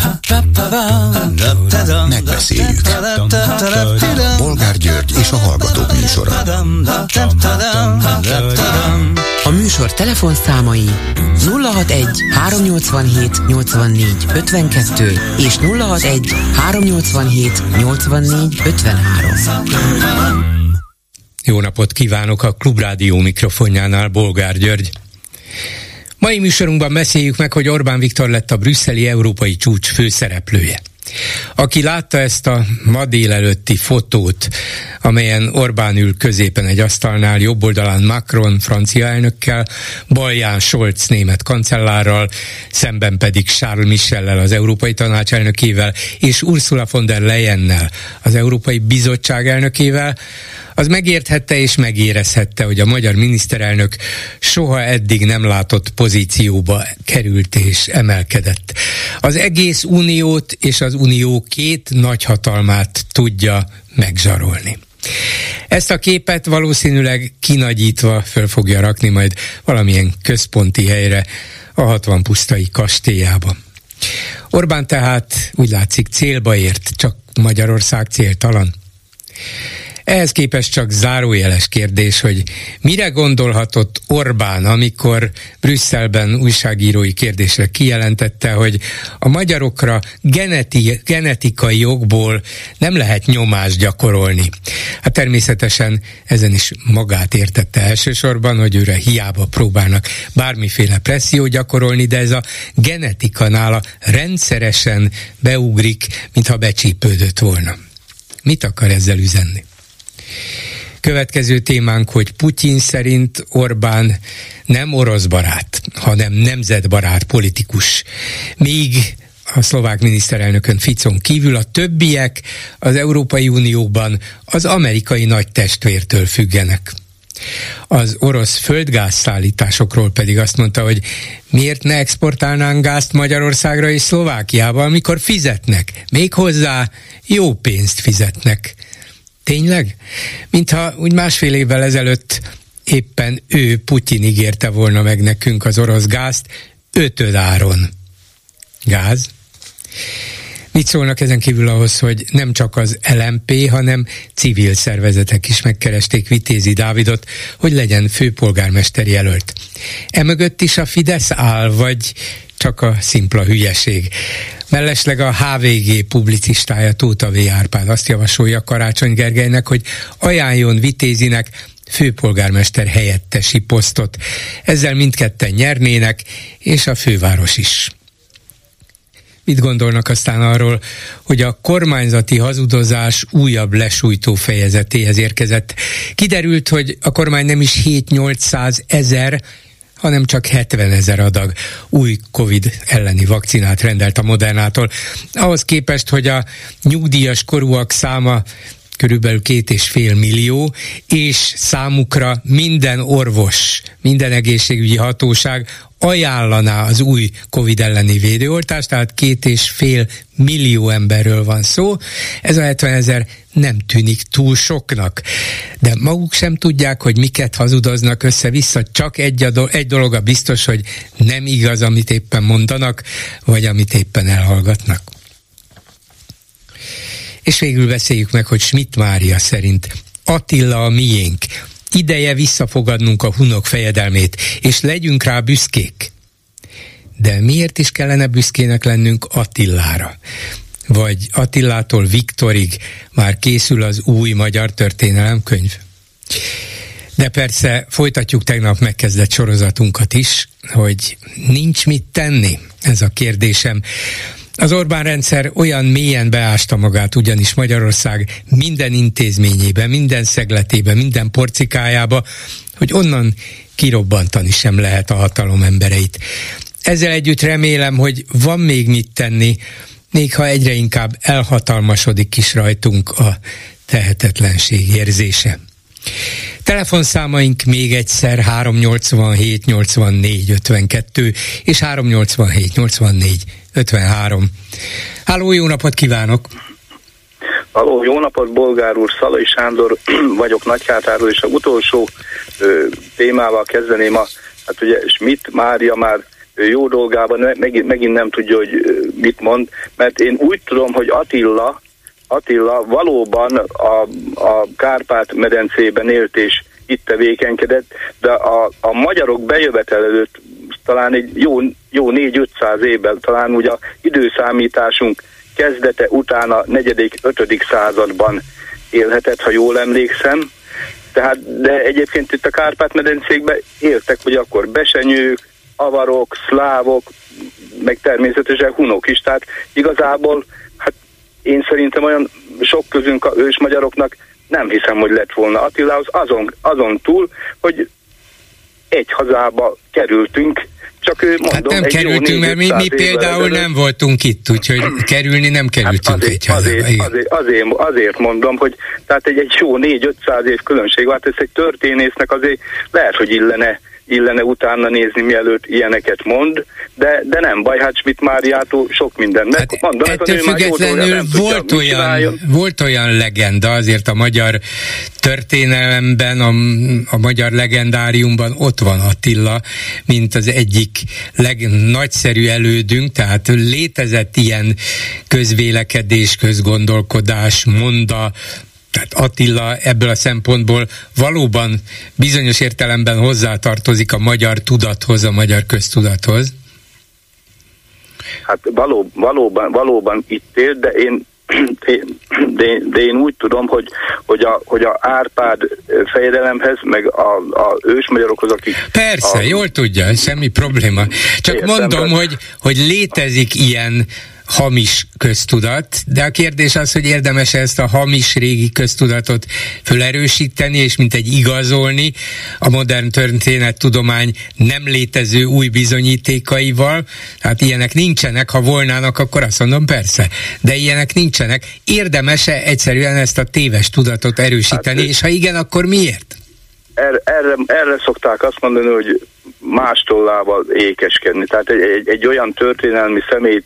Megbeszéljük. Bolgár György és a Hallgatók műsora. A műsor telefonszámai 061 387 84 52 és 061 387 84 53. Jó napot kívánok, a Klubrádió mikrofonjánál Bolgár György. Mai műsorunkban beszéljük meg, hogy Orbán Viktor lett a brüsszeli európai csúcs főszereplője. Aki látta ezt a ma délelőtti fotót, amelyen Orbán ül középen egy asztalnál, jobb oldalán Macron francia elnökkel, balján Scholz német kancellárral, szemben pedig Charles Michellel, az Európai Tanács elnökével, és Ursula von der Leyennel, az Európai Bizottság elnökével, az megérthette és megérezhette, hogy a magyar miniszterelnök soha eddig nem látott pozícióba került és emelkedett. Az egész uniót és az unió két nagyhatalmát tudja megzsarolni. Ezt a képet valószínűleg kinagyítva föl fogja rakni majd valamilyen központi helyre a 60 pusztai kastélyába. Orbán tehát úgy látszik célba ért, csak Magyarország céltalan. Ehhez képest csak zárójeles kérdés, hogy mire gondolhatott Orbán, amikor Brüsszelben újságírói kérdésre kijelentette, hogy a magyarokra genetikai jogból nem lehet nyomást gyakorolni. Hát természetesen ezen is magát értette elsősorban, hogy őre hiába próbálnak bármiféle pressziót gyakorolni, de ez a genetika nála rendszeresen beugrik, mintha becsípődött volna. Mit akar ezzel üzenni? Következő témánk, hogy Putyin szerint Orbán nem orosz barát, hanem nemzetbarát politikus. Míg a szlovák miniszterelnökön, Ficon kívül a többiek az Európai Unióban az amerikai nagy testvértől függenek. Az orosz földgázszállításokról pedig azt mondta, hogy miért ne exportálnánk gázt Magyarországra és Szlovákiába, amikor fizetnek, méghozzá jó pénzt fizetnek. Tényleg? Mintha úgy másfél évvel ezelőtt éppen ő, Putyin ígérte volna meg nekünk az orosz gázt 5 áron. Gáz? Mit szólnak ezen kívül ahhoz, hogy nem csak az LMP, hanem civil szervezetek is megkeresték Vitézi Dávidot, hogy legyen főpolgármester jelölt. Emögött is a Fidesz áll, vagy csak a szimpla hülyeség? Mellesleg a HVG publicistája Tóth V. Árpád azt javasolja Karácsony Gergelynek, hogy ajánljon Vitézinek főpolgármester helyettesi posztot. Ezzel mindketten nyernének, és a főváros is. Mit gondolnak aztán arról, hogy a kormányzati hazudozás újabb lesújtó fejezetéhez érkezett? Kiderült, hogy a kormány nem is 7-800 ezer, hanem csak 70 000 adag új Covid elleni vakcinát rendelt a Modernától. Ahhoz képest, hogy a nyugdíjas korúak száma körülbelül 2,5 millió, és számukra minden orvos, minden egészségügyi hatóság ajánlaná az új Covid elleni védőoltást, tehát 2,5 millió emberről van szó. Ez a 70 000 nem tűnik túl soknak, de maguk sem tudják, hogy miket hazudoznak össze-vissza, csak egy dolog a biztos, hogy nem igaz, amit éppen mondanak, vagy amit éppen elhallgatnak. És végül beszéljük meg, hogy Schmidt Mária szerint Attila a miénk. Ideje visszafogadnunk a hunok fejedelmét, és legyünk rá büszkék. De miért is kellene büszkének lennünk Attilára? Vagy Attilától Viktorig már készül az új magyar történelemkönyv? De persze folytatjuk tegnap megkezdett sorozatunkat is, hogy nincs mit tenni, ez a kérdésem. Az Orbán rendszer olyan mélyen beásta magát ugyanis Magyarország minden intézményébe, minden szegletébe, minden porcikájába, hogy onnan kirobbantani sem lehet a hatalom embereit. Ezzel együtt remélem, hogy van még mit tenni, még ha egyre inkább elhatalmasodik is rajtunk a tehetetlenség érzése. Telefonszámaink még egyszer 387 84 52 és 387 84 53. Háló, jó napot kívánok! Halló, jó napot, Bolgár úr, Szalai Sándor vagyok Nagyhátáról, és a utolsó témával kezdeném hát ugye Schmidt Mária már jó dolgában megint nem tudja, hogy mit mond, mert én úgy tudom, hogy Attila valóban a Kárpát-medencében élt és itt tevékenykedett, de a magyarok bejövetel előtt talán egy jó 400-500 évvel, talán ugye a időszámításunk kezdete után a 4.-5. században élhetett, ha jól emlékszem. Tehát, de egyébként itt a Kárpát-medencékben éltek, hogy akkor besenyők, avarok, szlávok, meg természetesen hunok is. Tehát igazából, hát én szerintem olyan sok közünk a ős magyaroknak nem hiszem, hogy lett volna Attilához, azon túl, hogy egy hazába kerültünk, csak mondom, hát nem kerültünk, mert mi például nem voltunk itt, úgyhogy kerülni nem kerültünk egy hazába. Azért mondom, hogy tehát egy jó 400-500 év különbség van, ez egy történésznek azért lehet, hogy illene utána nézni, mielőtt ilyeneket mond, de nem baj, hát Schmidt Máriától sok minden. Hát mondom, ettől függetlenül volt olyan legenda, azért a magyar történelemben, a magyar legendáriumban ott van Attila, mint az egyik legnagyszerű elődünk, tehát létezett ilyen közvélekedés, közgondolkodás, monda. Tehát Attila ebből a szempontból valóban bizonyos értelemben hozzátartozik a magyar tudathoz, a magyar köztudathoz. Hát valóban itt él, de én úgy tudom, hogy a Árpád fejedelemhez, meg a ősmagyarokhoz, akik... Persze, jól tudja, semmi probléma. Csak értem, mondom, hogy létezik ilyen hamis köztudat, de a kérdés az, hogy érdemes ezt a hamis régi köztudatot fölerősíteni, és mint egy igazolni a modern történettudomány nem létező új bizonyítékaival. Hát ilyenek nincsenek, ha volnának, akkor azt mondom, persze, de ilyenek nincsenek. Érdemes-e egyszerűen ezt a téves tudatot erősíteni, hát, és ha igen, akkor miért? Erre szokták azt mondani, hogy más tollával ékeskedni. Tehát egy olyan történelmi személyt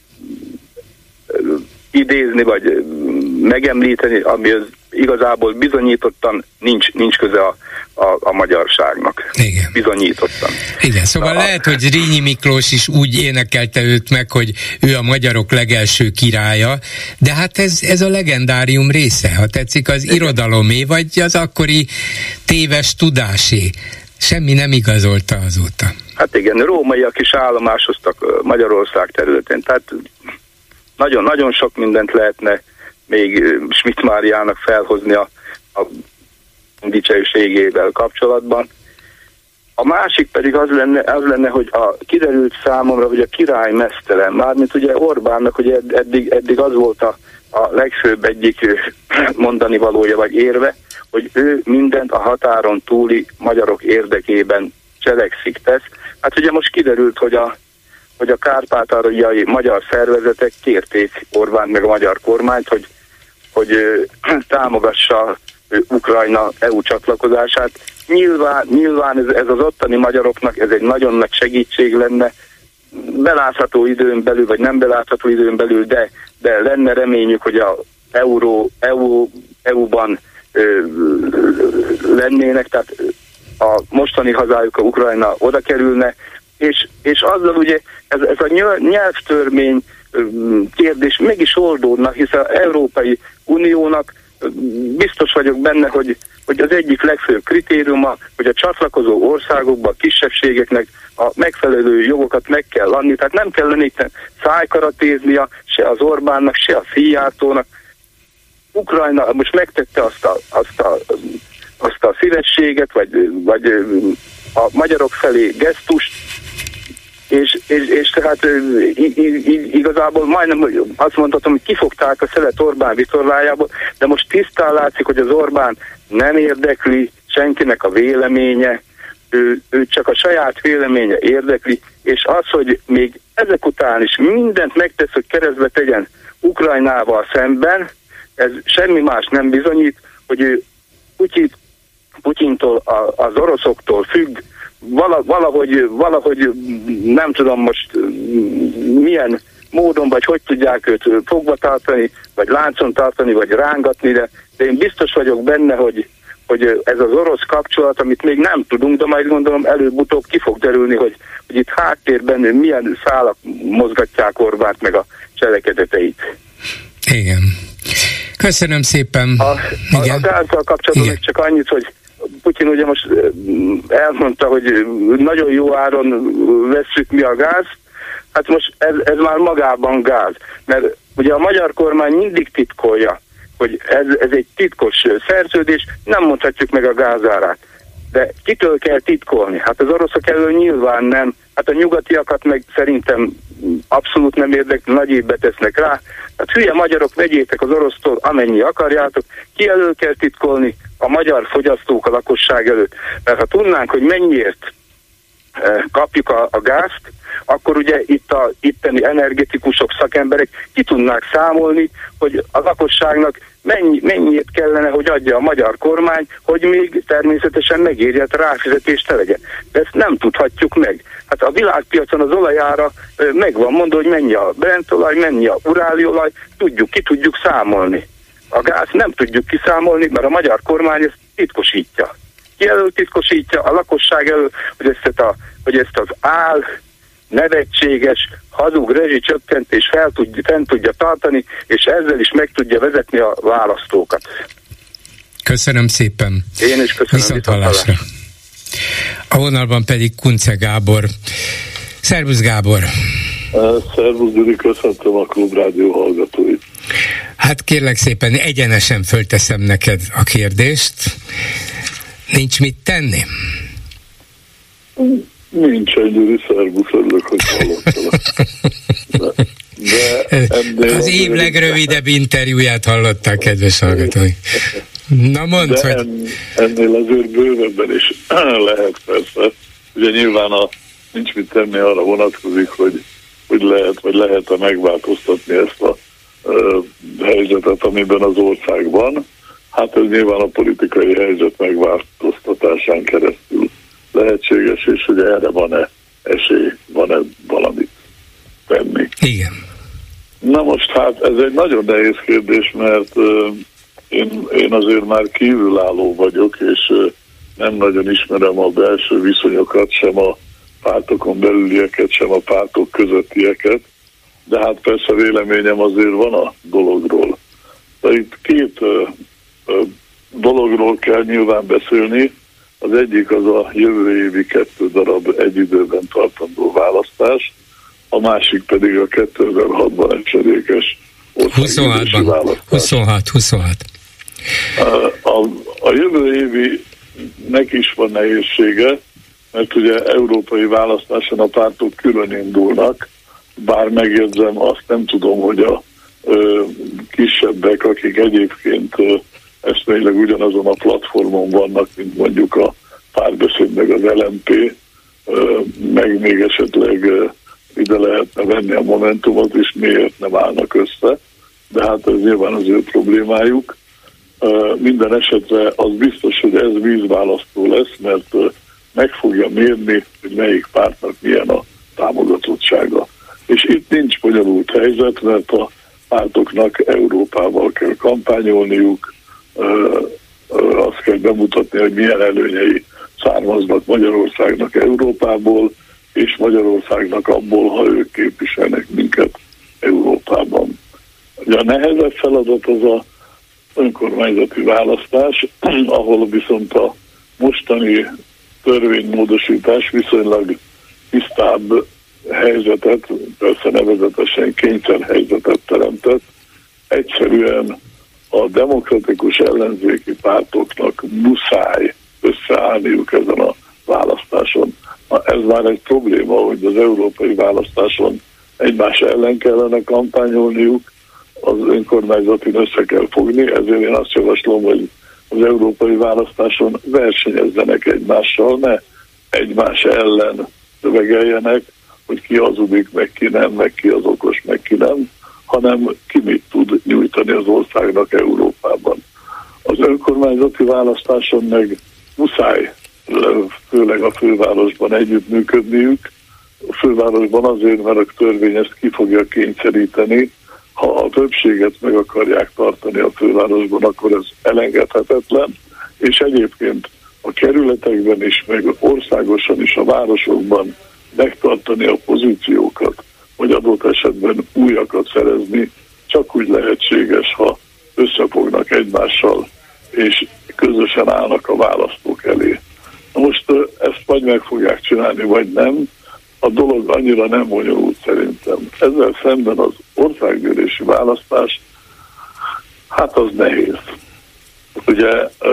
idézni, vagy megemlíteni, ami igazából bizonyítottan nincs köze a magyarságnak. Igen. Bizonyítottan. Igen, szóval lehet, hogy Rényi Miklós is úgy énekelte őt meg, hogy ő a magyarok legelső királya, de hát ez a legendárium része, ha tetszik, az irodalomé, vagy az akkori téves tudásé. Semmi nem igazolta azóta. Hát igen, rómaiak is állomásoztak Magyarország területén, tehát nagyon sok mindent lehetne még Schmidt Máriának felhozni a dicsőségével kapcsolatban. A másik pedig az lenne, hogy kiderült számomra, hogy a király meztelen, mármint ugye Orbánnak, hogy eddig az volt a legfőbb egyik mondani valója vagy érve, hogy ő mindent a határon túli magyarok érdekében cselekszik, tesz. Hát ugye most kiderült, hogy a kárpátaljai magyar szervezetek kérték Orbánt meg a magyar kormányt, hogy támogassa Ukrajna EU csatlakozását. Nyilván ez az ottani magyaroknak ez egy nagyon nagy segítség lenne, belátható időn belül, vagy nem belátható időn belül, de lenne reményük, hogy a EU-ban lennének, tehát a mostani hazájuk, a Ukrajna oda kerülne, és azzal ugye ez a nyelvtörvény kérdés meg is oldódna, hiszen az Európai Uniónak biztos vagyok benne, hogy az egyik legfőbb kritériuma, hogy a csatlakozó országokban, a kisebbségeknek a megfelelő jogokat meg kell adni, tehát nem kellene itt szájkaratéznia se az Orbánnak, se a Szijjártónak. Ukrajna most megtette azt a szívességet, vagy a magyarok felé gesztust, és tehát igazából majdnem azt mondhatom, hogy kifogták a szelet Orbán vitorlájából, de most tisztán látszik, hogy az Orbán nem érdekli senkinek a véleménye, ő csak a saját véleménye érdekli, és az, hogy még ezek után is mindent megtesz, hogy keresztbe tegyen Ukrajnával szemben, ez semmi más nem bizonyít, hogy ő Putyintól, az oroszoktól függ, valahogy nem tudom most milyen módon, vagy hogy tudják őt fogva tartani, vagy láncon tartani, vagy rángatni, de én biztos vagyok benne, hogy ez az orosz kapcsolat, amit még nem tudunk, de majd gondolom előbb-utóbb ki fog derülni, hogy itt háttérben milyen szálak mozgatják Orbánt meg a cselekedeteit. Igen. Köszönöm szépen. A gázzal kapcsolatban csak annyit, hogy Putyin ugye most elmondta, hogy nagyon jó áron vesszük mi a gáz. Hát most ez már magában gáz. Mert ugye a magyar kormány mindig titkolja, hogy ez egy titkos szerződés, nem mondhatjuk meg a gázárát. De kitől kell titkolni? Hát az oroszok elől nyilván nem. Hát a nyugatiakat meg szerintem abszolút nem érdekli, nagy évbe tesznek rá. Hát hülye magyarok, vegyétek az orosztól amennyi akarjátok. Ki elől kell titkolni? A magyar fogyasztók, a lakosság előtt. Mert ha tudnánk, hogy mennyiért kapjuk a gázt, akkor ugye itt a itteni energetikusok, szakemberek ki tudnák számolni, hogy a lakosságnak mennyiért kellene, hogy adja a magyar kormány, hogy még természetesen megérje, ráfizetést legyen. De ezt nem tudhatjuk meg. Hát a világpiacon az olajára meg van mondva, hogy mennyi a Brent olaj, mennyi a uráli olaj, ki tudjuk számolni. A gáz nem tudjuk kiszámolni, mert a magyar kormány ezt titkosítja. Ki elől titkosítja? A lakosság elől, hogy ezt az nevetséges, hazug rezsicsökkentés fent tudja tartani, és ezzel is meg tudja vezetni a választókat. Köszönöm szépen. Én is köszönöm. Viszonthallásra. A vonalban pedig Kunce Gábor. Szervusz Gábor! Szervusz Gyuri, köszöntöm a Klubrádió hallgatóit. Hát kérlek szépen, egyenesen fölteszem neked a kérdést. Nincs mit tenni? Nincs egy Gyuri, szervusz, örülök, hogy hallottalak. De az év legrövidebb interjúját hallották, kedves hallgatói. Na mondd, hogy... Ennél azért bővebben is lehet persze. Ugye nyilván nincs mit tenni, arra vonatkozik, hogy lehet-e megváltoztatni ezt a helyzetet, amiben az ország van. Hát ez nyilván a politikai helyzet megváltoztatásán keresztül lehetséges, és hogy erre van-e esély, van-e valamit tenni. Igen. Na most hát ez egy nagyon nehéz kérdés, mert én azért már kívülálló vagyok, és nem nagyon ismerem a belső viszonyokat, sem a pártokon belülieket, sem a pártok közöttieket, de hát persze véleményem azért van a dologról. De itt két dologról kell nyilván beszélni. Az egyik az a jövő évi 2 darab egy időben tartandó választás, a másik pedig a 2006-ban esedékes országgyűlési választás. 26. A jövő évinek is van nehézsége, mert ugye európai választáson a pártok külön indulnak, bár megjegyzem, azt nem tudom, hogy a kisebbek, akik egyébként eszményleg ugyanazon a platformon vannak, mint mondjuk a Párbeszéd meg az LMP, meg még esetleg ide lehetne venni a Momentumot, és miért nem állnak össze, de hát ez nyilván az ő problémájuk. Minden esetre az biztos, hogy ez vízválasztó lesz, mert meg fogja mérni, hogy melyik pártnak milyen a támogatottsága. És itt nincs bonyolult helyzet, mert a pártoknak Európával kell kampányolniuk, azt kell bemutatni, hogy milyen előnyei származnak Magyarországnak Európából, és Magyarországnak abból, ha ők képviselnek minket Európában. Ugye a nehezebb feladat az a önkormányzati választás, ahol viszont a mostani törvénymódosítás viszonylag tisztább helyzetet, persze nevezetesen kényszerhelyzetet teremtett. Egyszerűen a demokratikus ellenzéki pártoknak muszáj összeállniuk ezen a választáson. Ez már egy probléma, hogy az európai választáson egymás ellen kellene kampányolniuk, az önkormányzatin össze kell fogni, ezért én azt javaslom, hogy az európai választáson versenyezzenek egymással, ne egymás ellen szövegeljenek, hogy ki hazudik, meg ki az okos, meg ki nem, hanem ki mit tud nyújtani az országnak Európában. Az önkormányzati választáson meg muszáj, főleg a fővárosban együttműködniük. A fővárosban azért, mert a törvény ezt ki fogja kényszeríteni. Ha a többséget meg akarják tartani a fővárosban, akkor ez elengedhetetlen, és egyébként a kerületekben is, meg országosan is, a városokban megtartani a pozíciókat, vagy adott esetben újakat szerezni, csak úgy lehetséges, ha összefognak egymással, és közösen állnak a választók elé. Na most ezt vagy meg fogják csinálni, vagy nem. A dolog annyira nem bonyolult szerintem. Ezzel szemben az országgyűlési választás, hát az nehéz. Ugye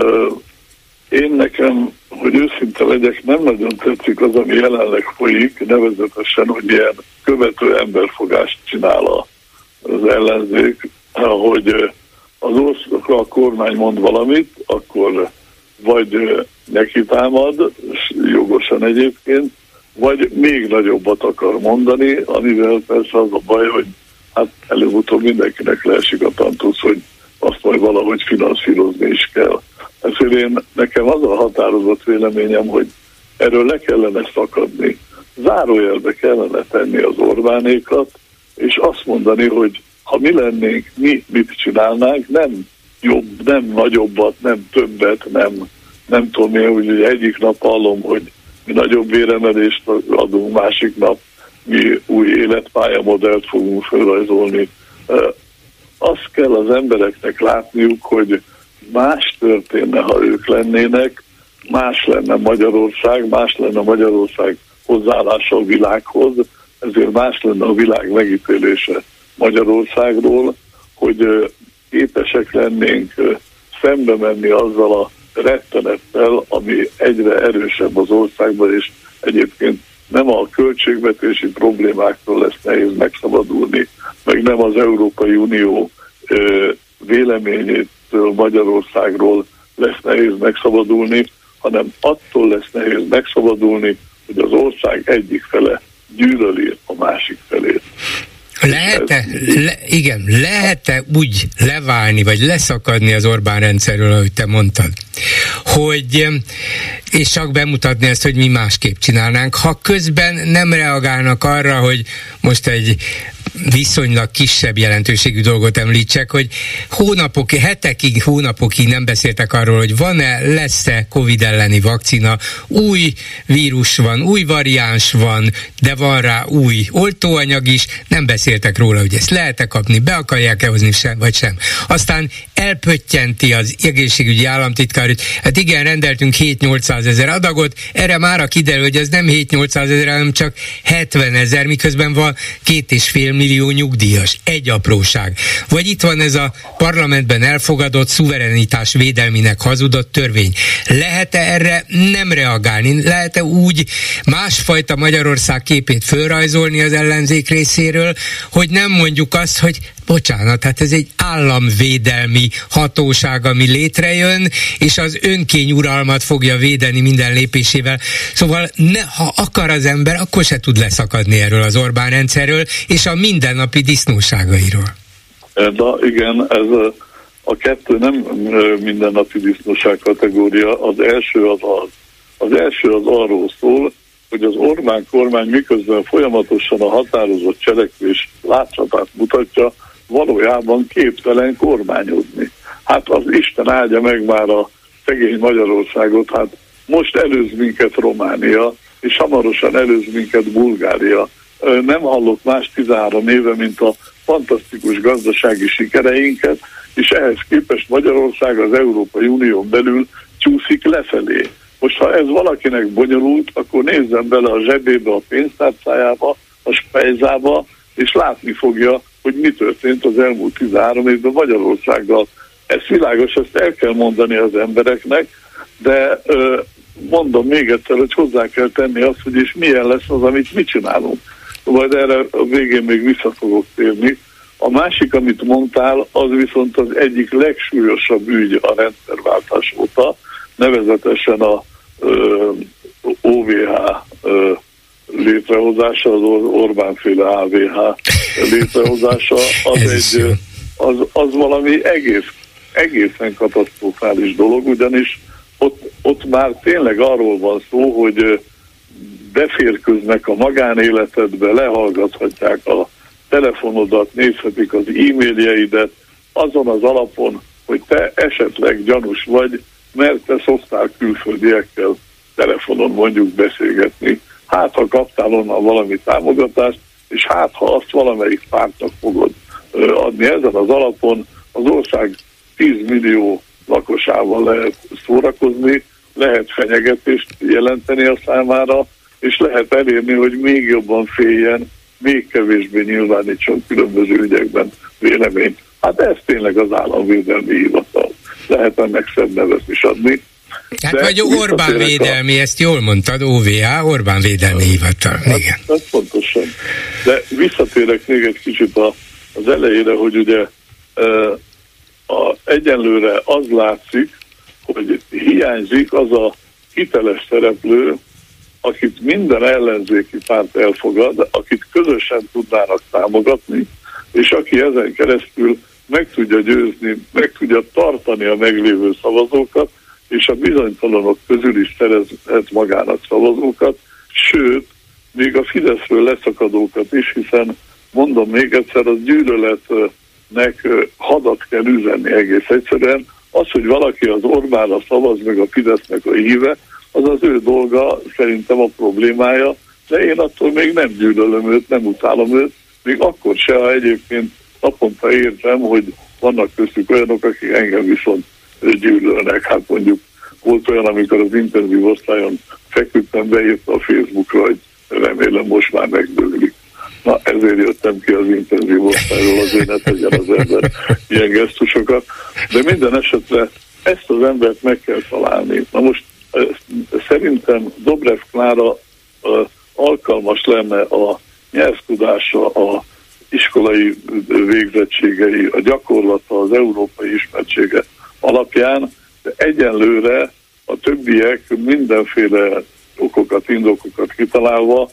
én nekem, hogy őszinte legyek, nem nagyon tetszik az, ami jelenleg folyik, nevezetesen, hogy ilyen követő emberfogást csinál az ellenzék, hogy a kormány mond valamit, akkor vagy neki támad, jogosan egyébként, vagy még nagyobbat akar mondani, amivel persze az a baj, hogy hát előbb-utóbb mindenkinek leesik a tantusz, hogy azt majd valahogy finanszírozni is kell. Ezért nekem az a határozott véleményem, hogy erről le kellene szakadni. Zárójelbe kellene tenni az Orbánékat, és azt mondani, hogy ha mi lennénk, mi mit csinálnánk, nem jobb, nem nagyobbat, nem többet, nem tudom én, hogy egyik nap hallom, hogy mi nagyobb véremelést adunk, másik nap mi új életpályamodellt fogunk felrajzolni. Azt kell az embereknek látniuk, hogy más történne, ha ők lennének, más lenne Magyarország hozzáállása a világhoz, ezért más lenne a világ megítélése Magyarországról, hogy képesek lennénk szembe menni azzal a rettenettel, ami egyre erősebb az országban, és egyébként nem a költségvetési problémáktól lesz nehéz megszabadulni, meg nem az Európai Unió véleményétől Magyarországról lesz nehéz megszabadulni, hanem attól lesz nehéz megszabadulni, hogy az ország egyik fele gyűlöli a másik felét. Lehet-e úgy leválni, vagy leszakadni az Orbán rendszerről, ahogy te mondtad, hogy, és csak bemutatni ezt, hogy mi másképp csinálnánk, ha közben nem reagálnak arra, hogy most egy viszonylag kisebb jelentőségű dolgot említsek, hogy hónapokig nem beszéltek arról, hogy lesz-e Covid elleni vakcina, új vírus van, új variáns van, de van rá új oltóanyag is, nem beszéltek róla, hogy ezt lehet-e kapni, be akarják-e hozni vagy sem. Aztán elpöttyenti az egészségügyi államtitkár, hogy hát igen, rendeltünk 7-800 ezer adagot, erre mára kiderül, hogy ez nem 7-800 ezer, hanem csak 70 000, miközben van 2,5 millió nyugdíjas. Egy apróság. Vagy itt van ez a parlamentben elfogadott szuverenitás védelminek hazudott törvény. Lehet-e erre nem reagálni? Lehet-e úgy másfajta Magyarország képét fölrajzolni az ellenzék részéről, hogy nem mondjuk azt, hogy bocsánat, hát ez egy államvédelmi hatóság, ami létrejön, és az önkényuralmat fogja védeni minden lépésével. Szóval ha akar az ember, akkor se tud leszakadni erről az Orbán rendszerről, és a mindennapi disznóságairól. De igen, ez a kettő nem mindennapi disznóság kategória. Az első az arról szól, hogy az Orbán kormány miközben folyamatosan a határozott cselekvés látszatát mutatja, valójában képtelen kormányozni. Hát az Isten áldja meg már a szegény Magyarországot, hát most előz minket Románia, és hamarosan előz minket Bulgária. Nem hallok más 13 éve, mint a fantasztikus gazdasági sikereinket, és ehhez képest Magyarország az Európai Unión belül csúszik lefelé. Most ha ez valakinek bonyolult, akkor nézzen bele a zsebébe, a pénztárcájába, a spejzába, és látni fogja, hogy mi történt az elmúlt 13 évben Magyarországgal. Ez világos, ezt el kell mondani az embereknek, de mondom még egyszer, hogy hozzá kell tenni azt, hogy és milyen lesz az, amit mi csinálunk. Majd erre a végén még vissza fogok térni. A másik, amit mondtál, az viszont az egyik legsúlyosabb ügy a rendszerváltás óta, nevezetesen a OVH létrehozása, az Orbán-féle AVH létrehozása, az valami egészen katasztrofális dolog, ugyanis ott már tényleg arról van szó, hogy beférkőznek a magánéletedbe, lehallgathatják a telefonodat, nézhetik az e-mailjeidet, azon az alapon, hogy te esetleg gyanús vagy mert te szoktál külföldiekkel telefonon mondjuk beszélgetni. Hát, ha kaptál onnan valami támogatást, és hát, ha azt valamelyik pártnak fogod adni. Ezen az alapon az ország 10 millió lakosával lehet szórakozni, lehet fenyegetést jelenteni a számára, és lehet elérni, hogy még jobban féljen, még kevésbé nyilvánítson különböző ügyekben véleményt. Hát ez tényleg az államvédelmi hivatal. Lehet ennek szebb nevet is adni. Hát vagy Orbán védelmi, ezt jól mondtad, OVA, Orbán védelmi hivatal. Igen. Hát pontosan. De visszatérek még egy kicsit az elejére, hogy ugye egyenlőre az látszik, hogy hiányzik az a hiteles szereplő, akit minden ellenzéki párt elfogad, akit közösen tudnának támogatni, és aki ezen keresztül meg tudja győzni, meg tudja tartani a meglévő szavazókat, és a bizonytalanok közül is szerezhet magának szavazókat, sőt, még a Fideszről leszakadókat is, hiszen mondom még egyszer, az gyűlöletnek hadat kell üzenni egész egyszerűen. Az, hogy valaki az Orbánra szavaz, meg a Fidesznek a híve, az az ő dolga, szerintem a problémája, de én attól még nem gyűlölöm őt, nem utálom őt, még akkor se, ha egyébként naponta értem, hogy vannak köztük olyanok, akik engem viszont gyűlölnek. Hát mondjuk volt olyan, amikor az intenzív osztályon feküdtem, beírta a Facebookra, hogy remélem most már megdőlik. Na, ezért jöttem ki az intenzív osztályról, azért ne tegyen az ember ilyen gesztusokat. De minden esetre ezt az embert meg kell találni. Na most szerintem Dobrev Klára alkalmas lenne a nyelvtudása, a iskolai végzettségei, a gyakorlata, az európai ismertsége alapján, de egyenlőre a többiek mindenféle okokat, indokokat kitalálva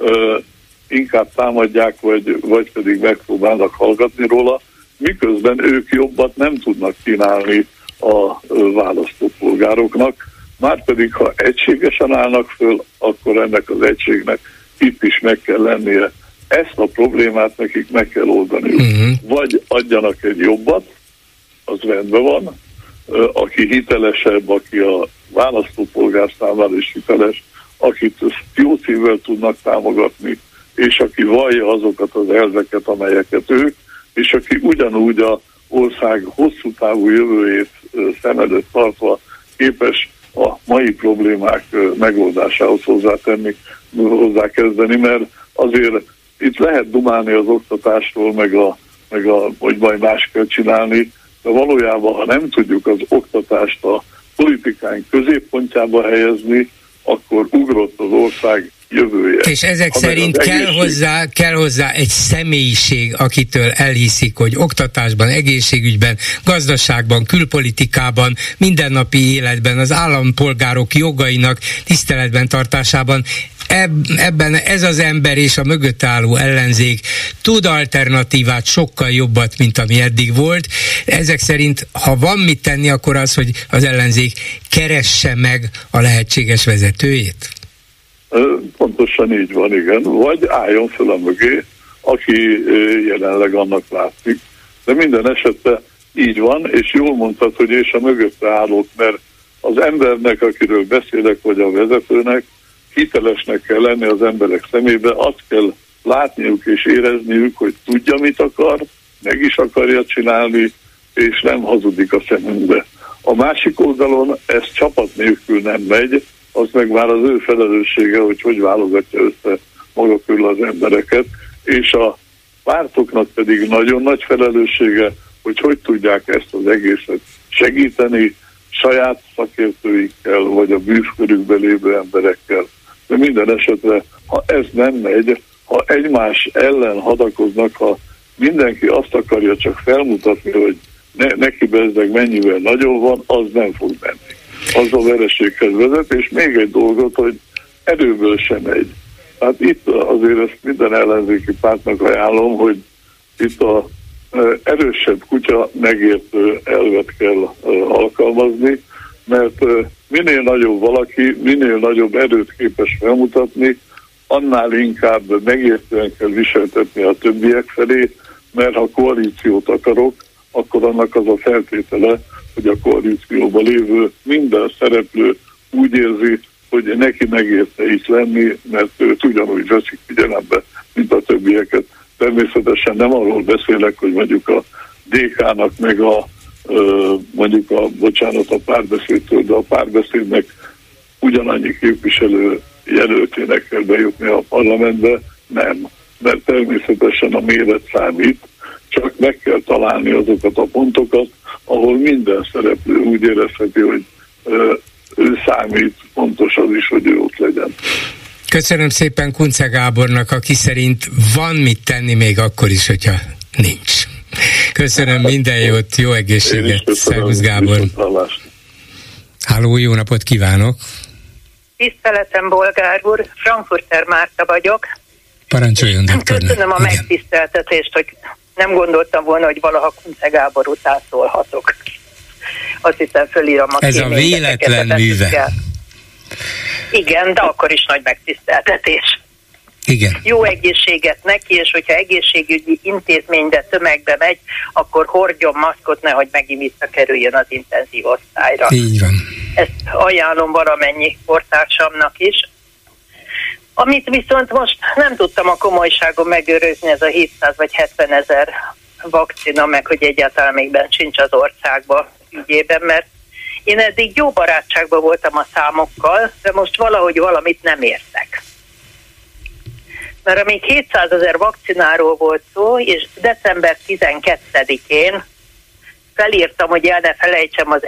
inkább támadják, vagy pedig megpróbálnak hallgatni róla, miközben ők jobbat nem tudnak kínálni a választópolgároknak, márpedig ha egységesen állnak föl, akkor ennek az egységnek itt is meg kell lennie. Ezt a problémát nekik meg kell oldaniuk. Vagy adjanak egy jobbat, az rendben van, aki hitelesebb, aki a választópolgár számára is hiteles, akit jó szívvel tudnak támogatni, és aki vallja azokat az elveket, amelyeket ők, és aki ugyanúgy az ország hosszú távú jövőjét szem előtt tartva képes a mai problémák megoldásához hozzákezdeni, mert azért itt lehet dumálni az oktatásról, meg hogy majd más kell csinálni, de valójában, ha nem tudjuk az oktatást a politikánk középpontjába helyezni, akkor ugrott az ország jövője. És ezek szerint kell hozzá egy személyiség, akitől elhiszik, hogy oktatásban, egészségügyben, gazdaságban, külpolitikában, mindennapi életben, az állampolgárok jogainak tiszteletben tartásában ebben ez az ember és a mögött álló ellenzék tud alternatívát, sokkal jobbat, mint ami eddig volt. Ezek szerint, ha van mit tenni, akkor az, hogy az ellenzék keresse meg a lehetséges vezetőjét? Pontosan így van, igen. Vagy álljon fel a mögé, aki jelenleg annak látszik. De minden esetben így van, és jól mondtad, hogy és a mögötte állók, mert az embernek, akiről beszélek, vagy a vezetőnek, hitelesnek kell lenni az emberek szemébe, azt kell látniuk és érezniük, hogy tudja, mit akar, meg is akarja csinálni, és nem hazudik a szemünkbe. A másik oldalon ez csapat nélkül nem megy, az meg már az ő felelőssége, hogy válogatja össze maga körül az embereket, és a pártoknak pedig nagyon nagy felelőssége, hogy tudják ezt az egészet segíteni saját szakértőikkel, vagy a bűvkörükben lévő emberekkel. De minden esetre, ha ez nem megy, ha egymás ellen hadakoznak, ha mindenki azt akarja csak felmutatni, hogy neki bezzeg mennyivel nagyobb van, az nem fog menni. Az a vereséghez vezet, és még egy dolgot, hogy erőből sem megy. Hát itt azért ezt minden ellenzéki pártnak ajánlom, hogy itt a erősebb kutya megértő elvet kell alkalmazni, mert minél nagyobb valaki, minél nagyobb erőt képes felmutatni, annál inkább megértően kell viseltetni a többiek felé, mert ha koalíciót akarok, akkor annak az a feltétele, hogy a koalícióban lévő minden szereplő úgy érzi, hogy neki megérte itt lenni, mert őt ugyanúgy veszik figyelembe, mint a többieket. Természetesen nem arról beszélek, hogy mondjuk a DK-nak meg a Párbeszédtől, de a Párbeszédnek ugyanannyi képviselő jelöltének kell bejutni a parlamentbe, nem. Mert természetesen a méret számít, csak meg kell találni azokat a pontokat, ahol minden szereplő úgy érezheti, hogy ő számít, fontos az is, hogy ő ott legyen. Köszönöm szépen Kunce Gábornak, aki szerint van mit tenni még akkor is, hogyha nincs. Köszönöm, minden jót, jó egészséget. Szervusz Gábor. Háló, jó napot kívánok. Tiszteletem, Bolgár úr, Frankfurter Márta vagyok. Parancsoljon, doktornak. Köszönöm a megtiszteltetést, hogy nem gondoltam volna, hogy valaha Kunce Gábor után szólhatok. Azt hiszem, fölírom a ez a véletlen műve. Igen, de akkor is nagy megtiszteltetés. Igen. Jó egészséget neki, és hogyha egészségügyi intézménybe tömegbe megy, akkor hordjon maszkot, nehogy megint visszakerüljön az intenzív osztályra. Így van. Ezt ajánlom valamennyi kortársamnak is. Amit viszont most nem tudtam a komolyságon megőrözni, ez a 700 vagy 70 ezer vakcina, meg hogy egyáltalán még bent sincs az országban ügyében, mert én eddig jó barátságban voltam a számokkal, de most valahogy valamit nem értek. Mert amíg 700 ezer vakcináról volt szó, és december 12-én felírtam, hogy el ne felejtsem az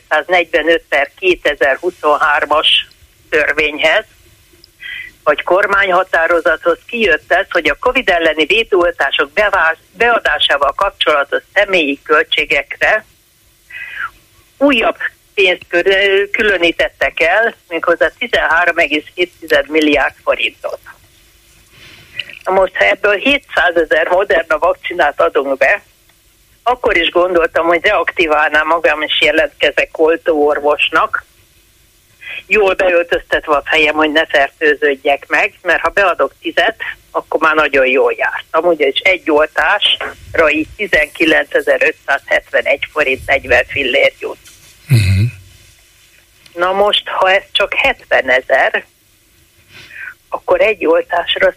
1545/2023-as törvényhez, vagy kormányhatározathoz kijött ez, hogy a Covid elleni védőoltások beadásával kapcsolatos személyi költségekre újabb pénzt különítettek el, méghozzá 13,7 milliárd forintot. Na most, ha ebből 700 ezer Moderna vakcinát adunk be, akkor is gondoltam, hogy reaktiválnám magam, és jelentkezek oltóorvosnak, jól beöltöztetve a fejem, hogy ne fertőződjek meg, mert ha beadok 10-et, akkor már nagyon jól jártam. Ugyanis egy oltásra így 19.571 forint 40 fillér jut. Uh-huh. Na most, ha ez csak 70 ezer, akkor egy oltásra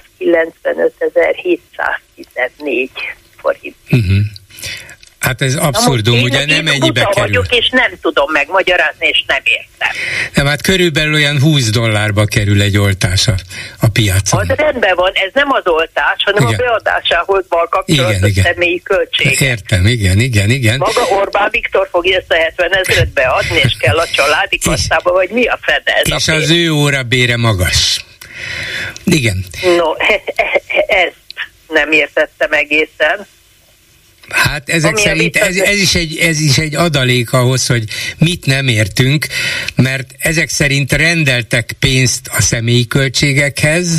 195.714 forint. Uh-huh. Hát ez abszurdum, ugye nem ennyibe kerül. Vagyok, és nem tudom megmagyarázni, és nem értem. Nem, hát körülbelül olyan $20 kerül egy oltás a piacon. Az rendben van, ez nem az oltás, hanem igen. A beadásához van kapcsolatos személyi költség. Értem, igen. Maga Orbán Viktor fogja ezt a 70 ezret beadni, és kell a családi kasszába, vagy mi a fedez? És az ő órabére magas. Igen. No, ezt nem értettem egészen. Hát ezek szerint ez is egy adalék ahhoz, hogy mit nem értünk, mert ezek szerint rendeltek pénzt a személyi költségekhez,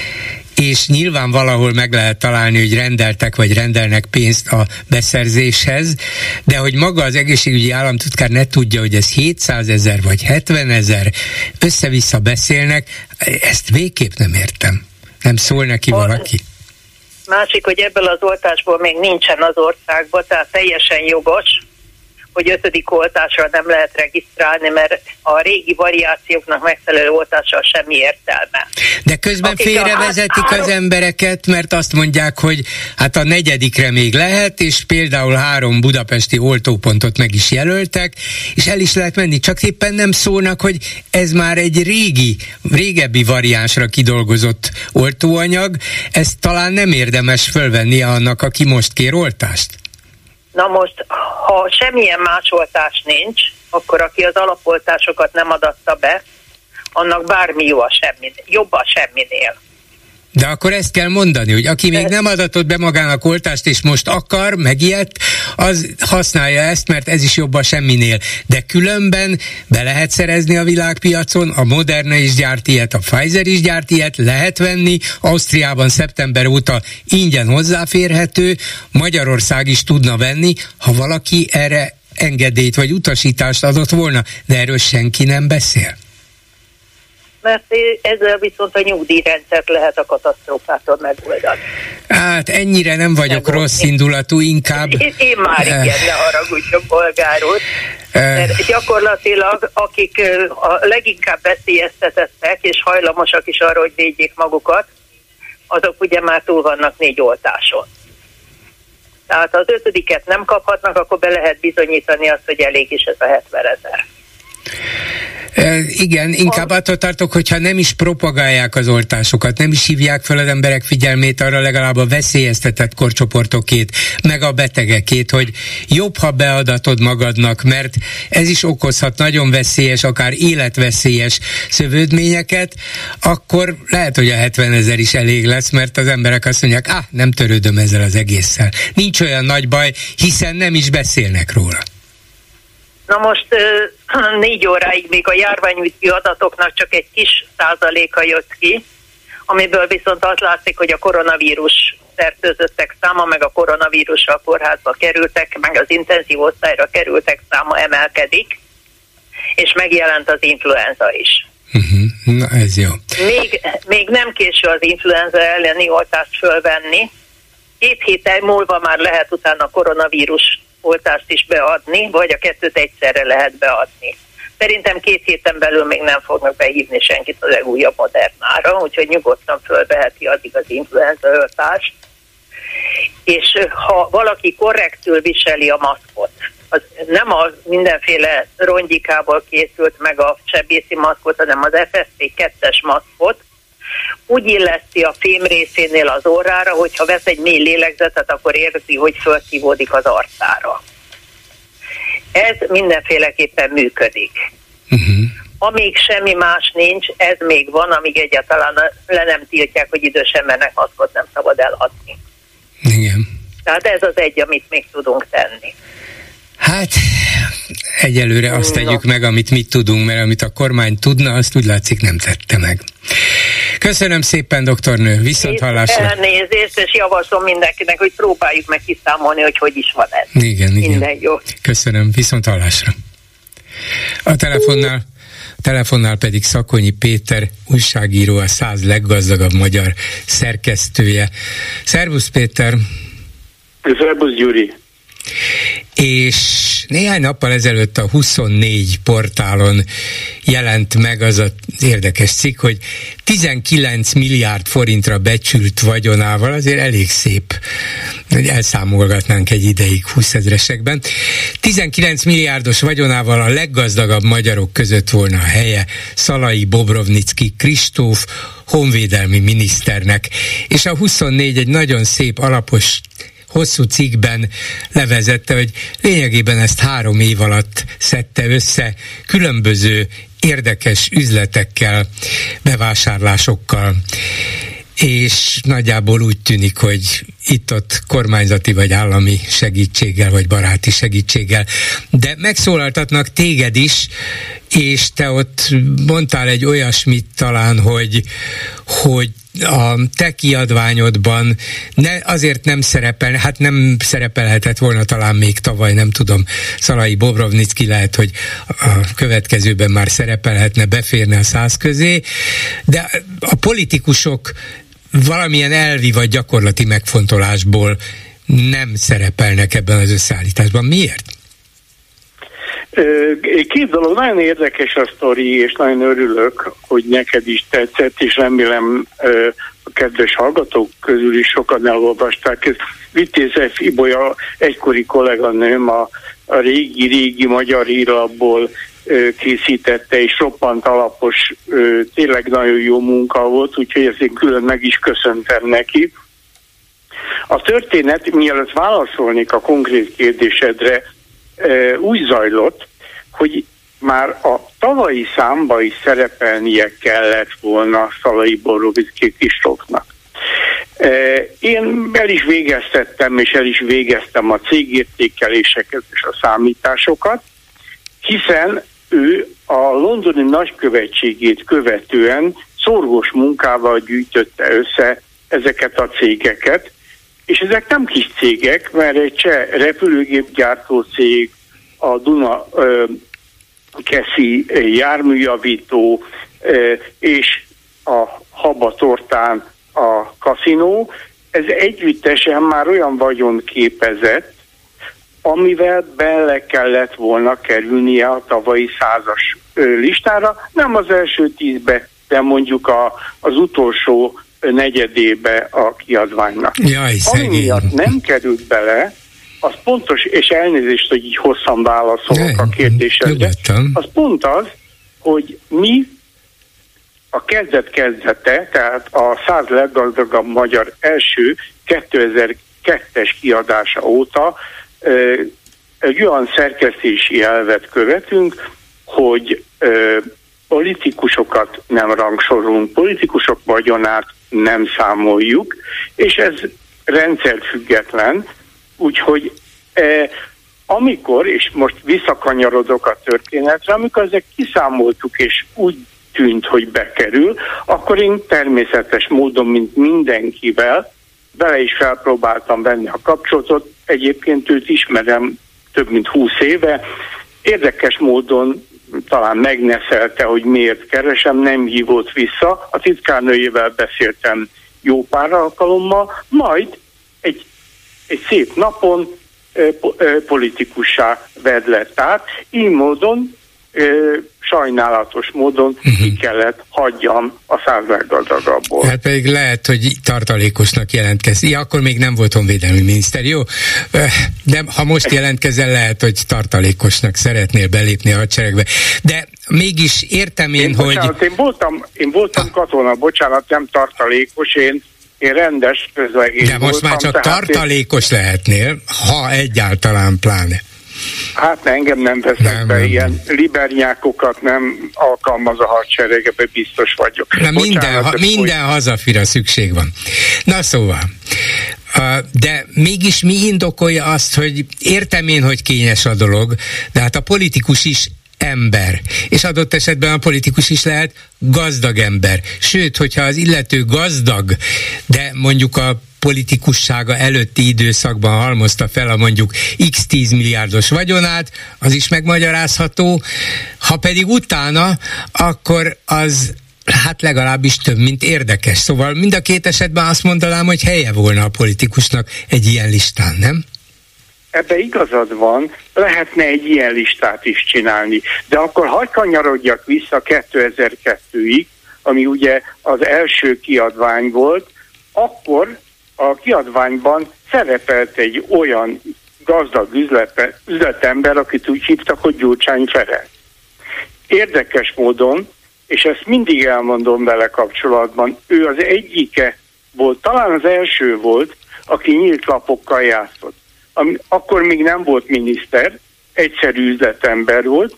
és nyilván valahol meg lehet találni, hogy rendeltek vagy rendelnek pénzt a beszerzéshez, de hogy maga az egészségügyi államtitkár ne tudja, hogy ez 700 ezer vagy 70 ezer, össze-vissza beszélnek, ezt végképp nem értem. Nem szól neki valaki? Másik, hogy ebből az oltásból még nincsen az országban, tehát teljesen jogos, hogy 5. oltásra nem lehet regisztrálni, mert a régi variációknak megfelelő oltással semmi értelme. De közben félrevezetik az embereket, mert azt mondják, hogy hát a 4. még lehet, és például 3 budapesti oltópontot meg is jelöltek, és el is lehet menni, csak éppen nem szólnak, hogy ez már egy régebbi variánsra kidolgozott oltóanyag, ezt talán nem érdemes fölvennie annak, aki most kér oltást. Na most, ha semmilyen más oltás nincs, akkor aki az alapoltásokat nem adatta be, annak bármi jobb a semminél. De akkor ezt kell mondani, hogy aki még nem adatott be magának oltást, és most akar, megijedt, az használja ezt, mert ez is jobb a semminél. De különben be lehet szerezni a világpiacon, a Moderna is gyárt ilyet, a Pfizer is gyárt ilyet, lehet venni, Ausztriában szeptember óta ingyen hozzáférhető, Magyarország is tudna venni, ha valaki erre engedélyt vagy utasítást adott volna, de erről senki nem beszél. mert ezzel viszont a nyugdíjrendszert lehet a katasztrófától megoldani. Hát ennyire nem vagyok rossz indulatú, inkább... Én már igen, ne haragudjon, polgár úr. Mert gyakorlatilag, akik a leginkább veszélyeztetettek, és hajlamosak is arra, hogy védjék magukat, azok ugye már túl vannak 4 oltáson. Tehát az 5-et nem kaphatnak, akkor be lehet bizonyítani azt, hogy elég is ez a 70 000. Igen, inkább attól tartok, hogyha nem is propagálják az oltásokat, nem is hívják fel az emberek figyelmét arra, legalább a veszélyeztetett korcsoportokét, meg a betegekét, hogy jobb, ha beadatod magadnak, mert ez is okozhat nagyon veszélyes, akár életveszélyes szövődményeket, akkor lehet, hogy a 70 000 is elég lesz, mert az emberek azt mondják, nem törődöm ezzel az egésszel. Nincs olyan nagy baj, hiszen nem is beszélnek róla. Na most 4 óráig még a járványügyi adatoknak csak egy kis százaléka jött ki, amiből viszont az látszik, hogy a koronavírus fertőzöttek száma, meg a koronavírussal kórházba kerültek, meg az intenzív osztályra kerültek száma emelkedik, és megjelent az influenza is. Na ez jó. Még nem késő az influenza elleni oltást fölvenni. 2 héten múlva már lehet utána koronavírus oltást is beadni, vagy a 2 egyszerre lehet beadni. Szerintem 2 héten belül még nem fognak behívni senkit a legújabb Modernára, úgyhogy nyugodtan fölveheti addig az influenza oltást. És ha valaki korrektül viseli a maszkot, az nem a mindenféle rongyikából készült meg a sebészi maszkot, hanem az FFP2-es maszkot, úgy illeszti a fém részénél az orrára, hogyha vesz egy mély lélegzetet, akkor érzi, hogy fölszívódik az arcára. Ez mindenféleképpen működik. Amíg semmi más nincs, ez még van, amíg egyáltalán le nem tiltják, hogy idős embernek maszkot nem szabad eladni. Igen. Tehát ez az egy, amit még tudunk tenni. Hát egyelőre azt tegyük meg, amit mi tudunk, mert amit a kormány tudna, azt úgy látszik nem tette meg. Köszönöm szépen, doktornő, viszonthallásra. Elnézést, és javaslom mindenkinek, hogy próbáljuk meg kiszámolni, hogy is van ez. Igen. Minden jó. Köszönöm, viszonthallásra. A telefonnál pedig Szakonyi Péter, újságíró, a 100 leggazdagabb magyar szerkesztője. Szervusz Péter! Szervusz Gyuri! És néhány nappal ezelőtt a 24 portálon jelent meg az az érdekes cikk, hogy 19 milliárd forintra becsült vagyonával, azért elég szép, hogy elszámolgatnánk egy ideig 20 000-esekben. 19 milliárdos vagyonával a leggazdagabb magyarok között volna a helye Szalai Bobrovnicki Kristóf honvédelmi miniszternek, és a 24 egy nagyon szép, alapos, hosszú cikkben levezette, hogy lényegében ezt 3 év alatt szedte össze különböző érdekes üzletekkel, bevásárlásokkal, és nagyjából úgy tűnik, hogy itt-ott kormányzati vagy állami segítséggel, vagy baráti segítséggel, de megszólaltatnak téged is, és te ott mondtál egy olyasmit talán, hogy a te kiadványodban azért nem szerepel, hát nem szerepelhetett volna talán még tavaly, nem tudom, Szalai Bobrovnicki, lehet, hogy a következőben már szerepelhetne, beférne a 100 közé, de a politikusok valamilyen elvi vagy gyakorlati megfontolásból nem szerepelnek ebben az összeállításban. Miért? 2 dolog, nagyon érdekes a sztori, és nagyon örülök, hogy neked is tetszett, és remélem a kedves hallgatók közül is sokan elolvasták ezt. Vitéz F. Ibolya, egykori kolléganőm a régi magyar hírlapból készítette, és roppant alapos, tényleg nagyon jó munka volt, úgyhogy ezt én külön meg is köszöntem neki. A történet, mielőtt válaszolnék a konkrét kérdésedre, úgy zajlott, hogy már a tavalyi számba is szerepelnie kellett volna Szalai Bobrovnicki Kristófnak. Én el is végeztettem, és el is végeztem a cégértékeléseket és a számításokat, hiszen ő a londoni nagykövetségét követően szorgos munkával gyűjtötte össze ezeket a cégeket, és ezek nem kis cégek, mert egy cseh repülőgépgyártó cég, a Duna Keszi járműjavító, és a habatortán a kaszinó, ez együttesen már olyan vagyont képezett, amivel bele kellett volna kerülnie a tavalyi 100-as listára, nem az első 10-be, de mondjuk az utolsó negyedébe a kiadványnak. Ami miatt nem került bele, az pontos, és elnézést, hogy így hosszan válaszolok a kérdésedre, az pont az, hogy mi a kezdete, tehát a 100 leggazdagabb magyar első 2002-es kiadása óta egy olyan szerkesztési elvet követünk, hogy politikusokat nem rangsorolunk, politikusok vagyonát nem számoljuk, és ez rendszerfüggetlen, úgyhogy amikor, és most visszakanyarodok a történetre, amikor ezek kiszámoltuk, és úgy tűnt, hogy bekerül, akkor én természetes módon, mint mindenkivel, vele is felpróbáltam venni a kapcsolatot, egyébként őt ismerem több mint 20 éve, érdekes módon talán megneszelte, hogy miért keresem, nem hívott vissza, a titkárnőjével beszéltem jó pár alkalommal, majd egy szép napon politikussá vedlett át, így módon sajnálatos módon ki kellett hagyjam a 100 leggazdagabbból. Hát pedig lehet, hogy tartalékosnak jelentkezik. Akkor még nem volt honvédelmi miniszter, jó? De ha most jelentkezel, lehet, hogy tartalékosnak szeretnél belépni a hadseregbe. De mégis értem hogy... Én voltam katona, bocsánat, nem tartalékos, én rendes közlegény voltam. De most már csak tartalékos lehetnél, ha egyáltalán pláne. Hát engem nem vesznek be, ilyen libernyákokat nem alkalmaz a hadsereg, ebben biztos vagyok. Minden hazafira szükség van. Na szóval, de mégis mi indokolja azt, hogy értem én, hogy kényes a dolog, de hát a politikus is ember, és adott esetben a politikus is lehet gazdag ember. Sőt, hogyha az illető gazdag, de mondjuk a politikussága előtti időszakban halmozta fel a mondjuk x 10 milliárdos vagyonát, az is megmagyarázható. Ha pedig utána, akkor az hát legalábbis több, mint érdekes. Szóval mind a két esetben azt mondanám, hogy helye volna a politikusnak egy ilyen listán, nem? Ebbe igazad van, lehetne egy ilyen listát is csinálni, de akkor hadd kanyarodjak vissza 2002-ig, ami ugye az első kiadvány volt, akkor a kiadványban szerepelt egy olyan gazdag üzletember, akit úgy hívtak, hogy Gyurcsány Ferenc. Érdekes módon, és ezt mindig elmondom vele kapcsolatban, ő az egyike volt, talán az első volt, aki nyílt lapokkal játszott. Akkor még nem volt miniszter, egyszerű üzletember volt.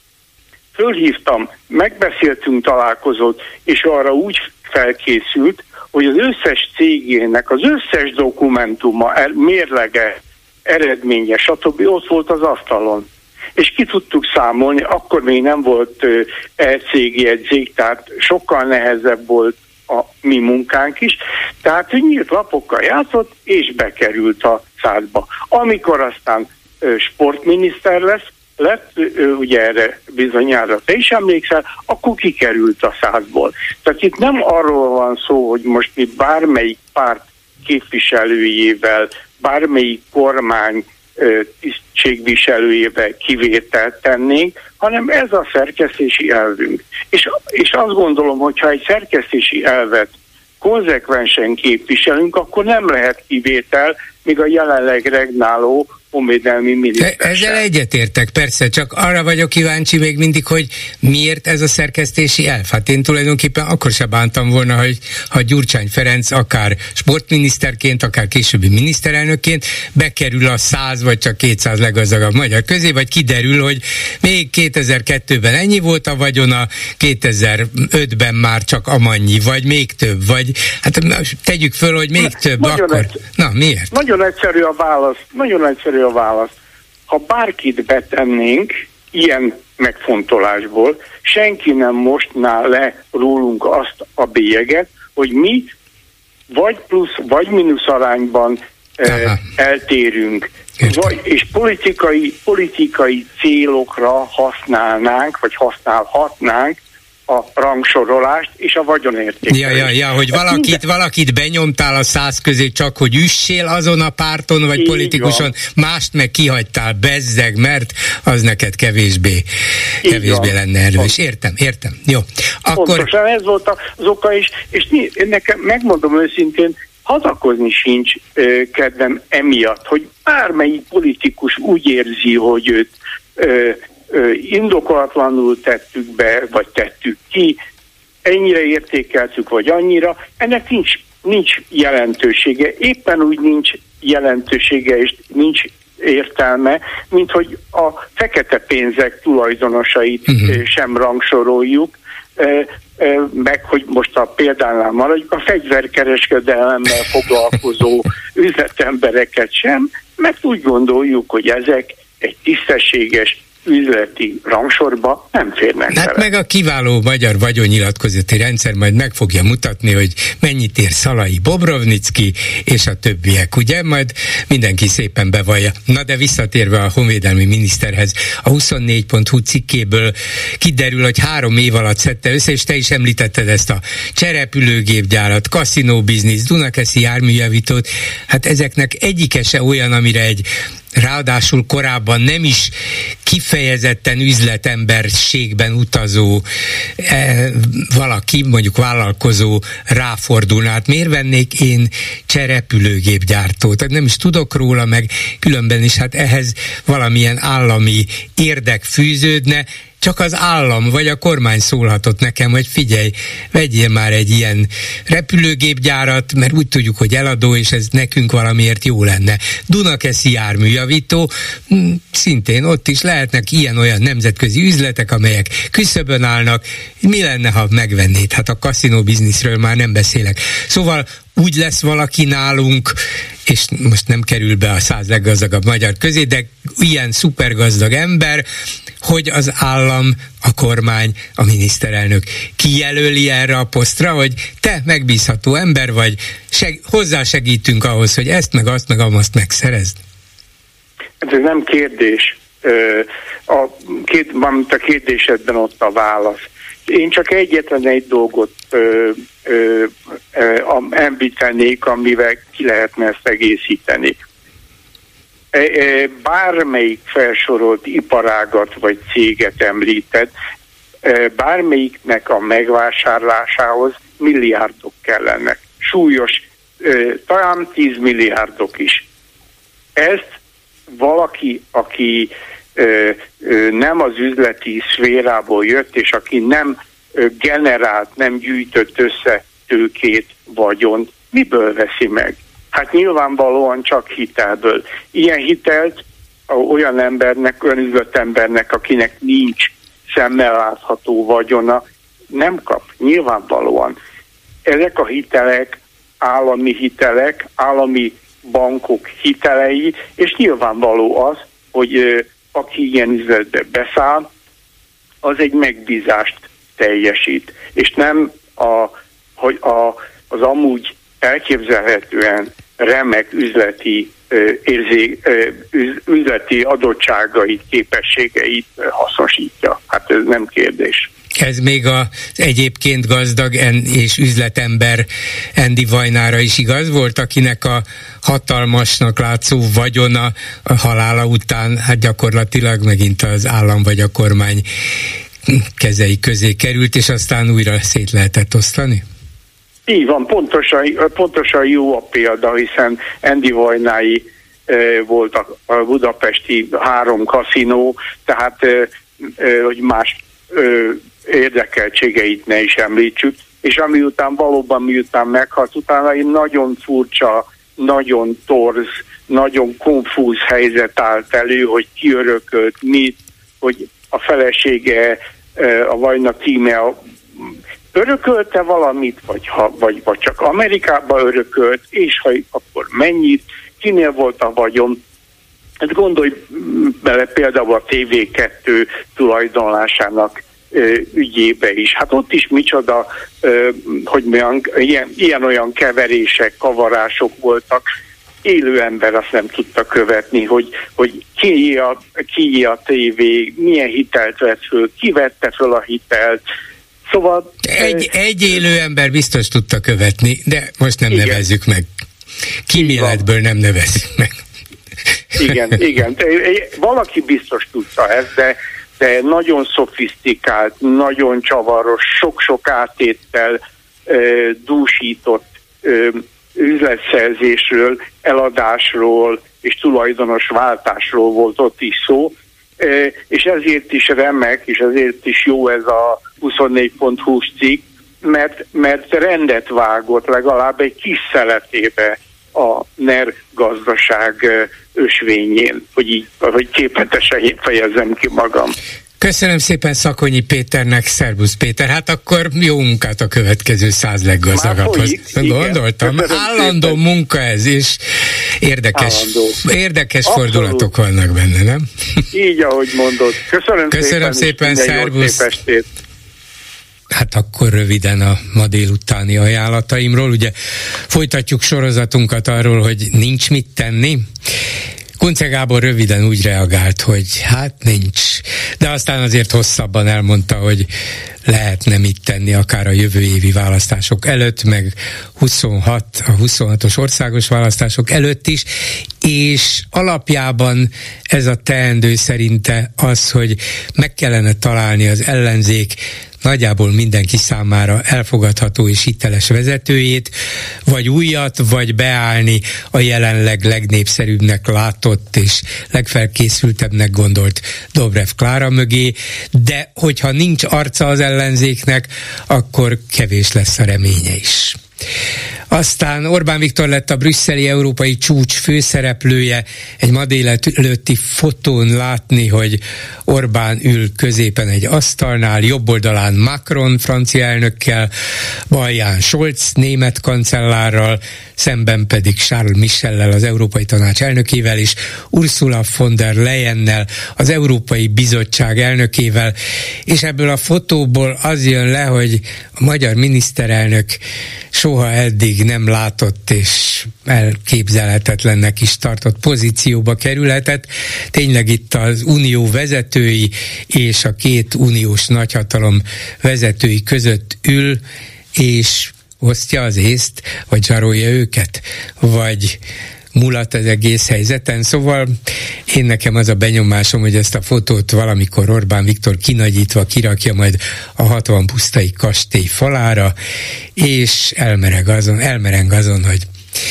Fölhívtam, megbeszéltünk, találkozott, és arra úgy felkészült, hogy az összes cégének, az összes dokumentuma, mérlege, eredménye, stb. Ott volt az asztalon. És ki tudtuk számolni, akkor még nem volt e-cégjegyzék, tehát sokkal nehezebb volt a mi munkánk is. Tehát nyílt lapokkal játszott, és bekerült a 100-ba. Amikor aztán sportminiszter lett, ugye erre bizonyára te is emlékszel, akkor kikerült a 100-ból. Tehát itt nem arról van szó, hogy most mi bármelyik párt képviselőjével, bármelyik kormány tisztségviselőjével kivételt tennénk, hanem ez a szerkesztési elvünk. És azt gondolom, hogyha egy szerkesztési elvet konzekvensen képviselünk, akkor nem lehet kivétel, még a jelenleg regnáló honvédelmi miniszter. Ezzel egyetértek, persze, csak arra vagyok kíváncsi még mindig, hogy miért ez a szerkesztési elv. Hát én tulajdonképpen akkor se bántam volna, hogy ha Gyurcsány Ferenc akár sportminiszterként, akár későbbi miniszterelnökként bekerül a 100 vagy csak 200 leggazdagabb magyar közé, vagy kiderül, hogy még 2002-ben ennyi volt a vagyona, 2005-ben már csak amannyi, vagy még több, vagy hát tegyük föl, hogy még több, akkor... Na, miért? Nagyon egyszerű a válasz. Ha bárkit betennénk ilyen megfontolásból, senki nem mostná le rólunk azt a bélyeget, hogy mi vagy plusz, vagy mínusz arányban eltérünk. És politikai célokra használnánk, vagy használhatnánk a rangsorolást és a vagyonértékelést. Hogy valakit benyomtál a 100 közé csak, hogy üssél azon a párton, vagy politikuson, mást meg kihagytál, bezzeg, mert az neked kevésbé lenne erős. Értem. Jó. Akkor... Pontosan ez volt az oka is, és nekem, megmondom őszintén, hadakozni sincs kedvem emiatt, hogy bármelyik politikus úgy érzi, hogy őt indokolatlanul tettük be, vagy tettük ki, ennyire értékeltük, vagy annyira, ennek nincs jelentősége. Éppen úgy nincs jelentősége, és nincs értelme, mint hogy a fekete pénzek tulajdonosait sem rangsoroljuk, meg hogy most a példánál maradjuk, a fegyverkereskedelemmel foglalkozó üzletembereket sem, mert úgy gondoljuk, hogy ezek egy tisztességes üzleti rangsorba nem férnek bele. Hát meg a kiváló magyar vagyonnyilatkozati rendszer majd meg fogja mutatni, hogy mennyit ér Szalai Bobrovnicki és a többiek, ugye? Majd mindenki szépen bevallja. Na de visszatérve a honvédelmi miniszterhez, a 24.hu cikkéből kiderül, hogy 3 év alatt szedte össze, és te is említetted ezt a cserepülőgépgyárat, kaszinó biznisz, Dunakeszi járműjavítót, hát ezeknek egyike se olyan, amire egy ráadásul korábban nem is kifejezetten üzletemberségben utazó valaki, mondjuk vállalkozó ráfordulna. Hát miért vennék én cserepülőgépgyártót? Nem is tudok róla, meg különben is hát ehhez valamilyen állami érdek fűződne, csak az állam vagy a kormány szólhatott nekem, hogy figyelj, vegyél már egy ilyen repülőgépgyárat, mert úgy tudjuk, hogy eladó, és ez nekünk valamiért jó lenne. Dunakeszi járműjavító, szintén ott is lehetnek ilyen-olyan nemzetközi üzletek, amelyek küszöbön állnak. Mi lenne, ha megvennéd? Hát a kaszinó bizniszről már nem beszélek. Szóval úgy lesz valaki nálunk, és most nem kerül be a 100 leggazdagabb magyar közé, de ilyen szupergazdag ember, hogy az állam, a kormány, a miniszterelnök kijelöli erre a posztra, hogy te megbízható ember vagy, hozzásegítünk ahhoz, hogy ezt, meg azt, meg azt megszerezd. Ez nem kérdés. A kérdésedben ott a válasz. Én csak egyetlen egy dolgot említenék, amivel ki lehetne ezt egészíteni. Bármelyik felsorolt iparágat vagy céget említett, bármelyiknek a megvásárlásához milliárdok kellenek. Súlyos, talán 10 milliárdok is. Ezt valaki, aki nem az üzleti szférából jött, és aki nem generált, nem gyűjtött össze tőkét, vagyont, miből veszi meg? Hát nyilvánvalóan csak hitelből. Ilyen hitelt olyan embernek, olyan üzletembernek, akinek nincs szemmel látható vagyona, nem kap. Nyilvánvalóan. Ezek a hitelek, állami bankok hitelei, és nyilvánvaló az, hogy aki ilyen üzletbe beszáll, az egy megbízást teljesít. És nem az amúgy elképzelhetően remek üzleti adottságait, képességeit hasznosítja. Hát ez nem kérdés. Ez még az egyébként gazdag és üzletember Andy Vajnára is igaz volt, akinek a hatalmasnak látszó vagyona a halála után hát gyakorlatilag megint az állam vagy a kormány kezei közé került, és aztán újra szét lehetett osztani? Így van, pontosan jó a példa, hiszen Andy Vajnái volt a budapesti 3 kaszinó, tehát hogy más érdekeltségeit ne is említsük, és miután meghalt, utána egy nagyon furcsa, nagyon torz, nagyon konfúz helyzet állt elő, hogy ki örökölt mit, hogy a felesége, a Vajna Tíme örökölte valamit, vagy csak Amerikába örökölt, és ha akkor mennyit, kinél volt a vagyon. Hát gondolj bele például a TV2 tulajdonlásának ügyébe is. Hát ott is micsoda, hogy ilyen-olyan keverések, kavarások voltak. Élő ember azt nem tudta követni, hogy ki a tévé, milyen hitelt vett föl, ki vette föl a hitelt. Szóval... Egy élő ember biztos tudta követni, de most nem nevezzük meg. Kíméletből nem nevezzük meg. Igen. Valaki biztos tudta ezt, de nagyon szofisztikált, nagyon csavaros, sok-sok áttéttel dúsított üzletszerzésről, eladásról és tulajdonos váltásról volt ott is szó, és ezért is remek, és ezért is jó ez a 24.hu-s cikk, mert rendet vágott legalább egy kis szeletébe a NER gazdaság ösvényén, hogy képletesen fejezzem ki magam. Köszönöm szépen Szakonyi Péternek, szervusz Péter, hát akkor jó munkát a következő 100 leggazdagabbhoz. Gondoltam, állandó szépen. Munka ez, és érdekes fordulatok vannak benne, nem? Így, ahogy mondod. Köszönöm szépen, szervusz. Hát akkor röviden a ma délutáni ajánlataimról. Ugye folytatjuk sorozatunkat arról, hogy nincs mit tenni. Kunce Gábor röviden úgy reagált, hogy hát nincs. De aztán azért hosszabban elmondta, hogy lehetne mit tenni akár a jövő évi választások előtt, meg a 26-os országos választások előtt is, és alapjában ez a teendő szerinte az, hogy meg kellene találni az ellenzék nagyjából mindenki számára elfogadható és hiteles vezetőjét, vagy újat, vagy beállni a jelenleg legnépszerűbbnek látott és legfelkészültebbnek gondolt Dobrev Klára mögé, de hogyha nincs arca az ellenzéknek, akkor kevés lesz a reménye is. Aztán Orbán Viktor lett a brüsszeli európai csúcs főszereplője. Egy ma délelőtti fotón látni, hogy Orbán ül középen egy asztalnál, jobb oldalán Macron francia elnökkel, balján Scholz német kancellárral, szemben pedig Charles Michellel, az Európai Tanács elnökével, és Ursula von der Leyennel, az Európai Bizottság elnökével, és ebből a fotóból az jön le, hogy a magyar miniszterelnök soha eddig nem látott és elképzelhetetlennek is tartott pozícióba kerülhetett. Tényleg itt az unió vezetői és a két uniós nagyhatalom vezetői között ül, és osztja az észt, vagy zsarolja őket, vagy mulat az egész helyzeten. Szóval nekem az a benyomásom, hogy ezt a fotót valamikor Orbán Viktor kinagyítva kirakja majd a 60 pusztai kastély falára, és elmereng azon, hogy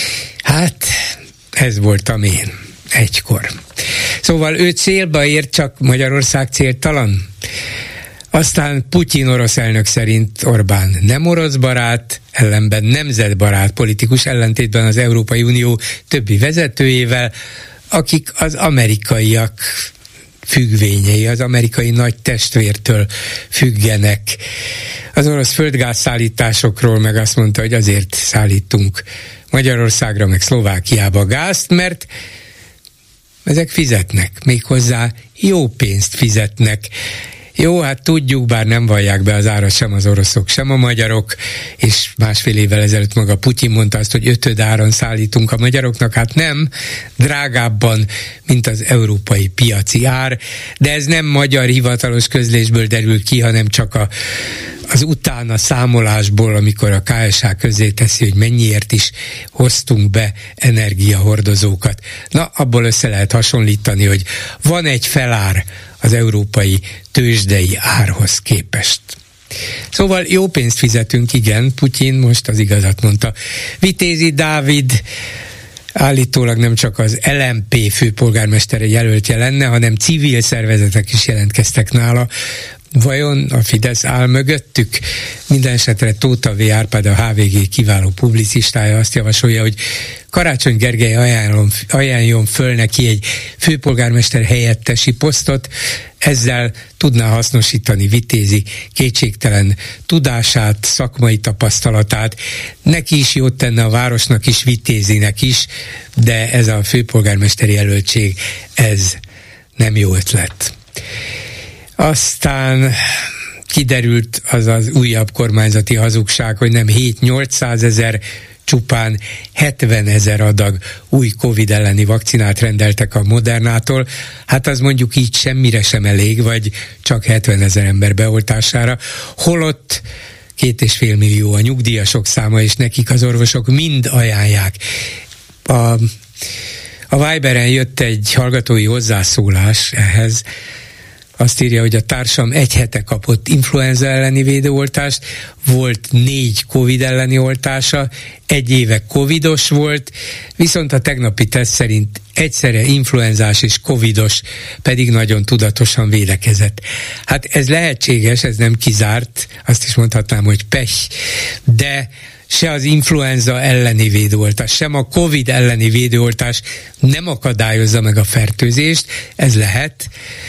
hát ez voltam én egykor. Szóval ő célba ért, csak Magyarország céltalan. Aztán Putyin orosz elnök szerint Orbán nem orosz barát, ellenben nemzetbarát politikus, ellentétben az Európai Unió többi vezetőjével, akik az amerikaiak függvényei, az amerikai nagy testvértől függenek. Az orosz földgázszállításokról meg azt mondta, hogy azért szállítunk Magyarországra, meg Szlovákiába gázt, mert ezek fizetnek, méghozzá jó pénzt fizetnek. Jó, hát tudjuk, bár nem vallják be az árat sem az oroszok, sem a magyarok, és másfél évvel ezelőtt maga Putyin mondta azt, hogy 5 áron szállítunk a magyaroknak, hát nem, drágábban, mint az európai piaci ár, de ez nem magyar hivatalos közlésből derül ki, hanem csak az utána számolásból, amikor a KSH közzé teszi, hogy mennyiért is hoztunk be energiahordozókat. Na, abból össze lehet hasonlítani, hogy van egy felár az európai tőzsdei árhoz képest. Szóval jó pénzt fizetünk, igen, Putyin most az igazat mondta. Vitézi Dávid állítólag nem csak az LMP főpolgármestere jelöltje lenne, hanem civil szervezetek is jelentkeztek nála. Vajon a Fidesz áll mögöttük? Minden esetre Tóta V. Árpád, a HVG kiváló publicistája azt javasolja, hogy Karácsony Gergely ajánljon föl neki egy főpolgármester helyettesi posztot, ezzel tudná hasznosítani Vitézi kétségtelen tudását, szakmai tapasztalatát. Neki is jót tenne, a városnak is, Vitézinek is, de ez a főpolgármesteri jelöltség, ez nem jó ötlet. Aztán kiderült az újabb kormányzati hazugság, hogy nem 7-800 ezer csupán 70 000 adag új Covid elleni vakcinát rendeltek a Modernától. Hát az mondjuk így semmire sem elég, vagy csak 70 000 ember beoltására. Holott 2,5 millió a nyugdíjasok száma, és nekik az orvosok mind ajánlják. A Viberen jött egy hallgatói hozzászólás ehhez. Azt írja, hogy a társam 1 hete kapott influenza elleni védőoltást, volt 4 Covid elleni oltása, 1 éve covidos volt, viszont a tegnapi teszt szerint egyszerre influenzás és covidos, pedig nagyon tudatosan védekezett. Hát ez lehetséges, ez nem kizárt, azt is mondhatnám, hogy pech, de se az influenza elleni védőoltás, sem a Covid elleni védőoltás nem akadályozza meg a fertőzést, ez lehet,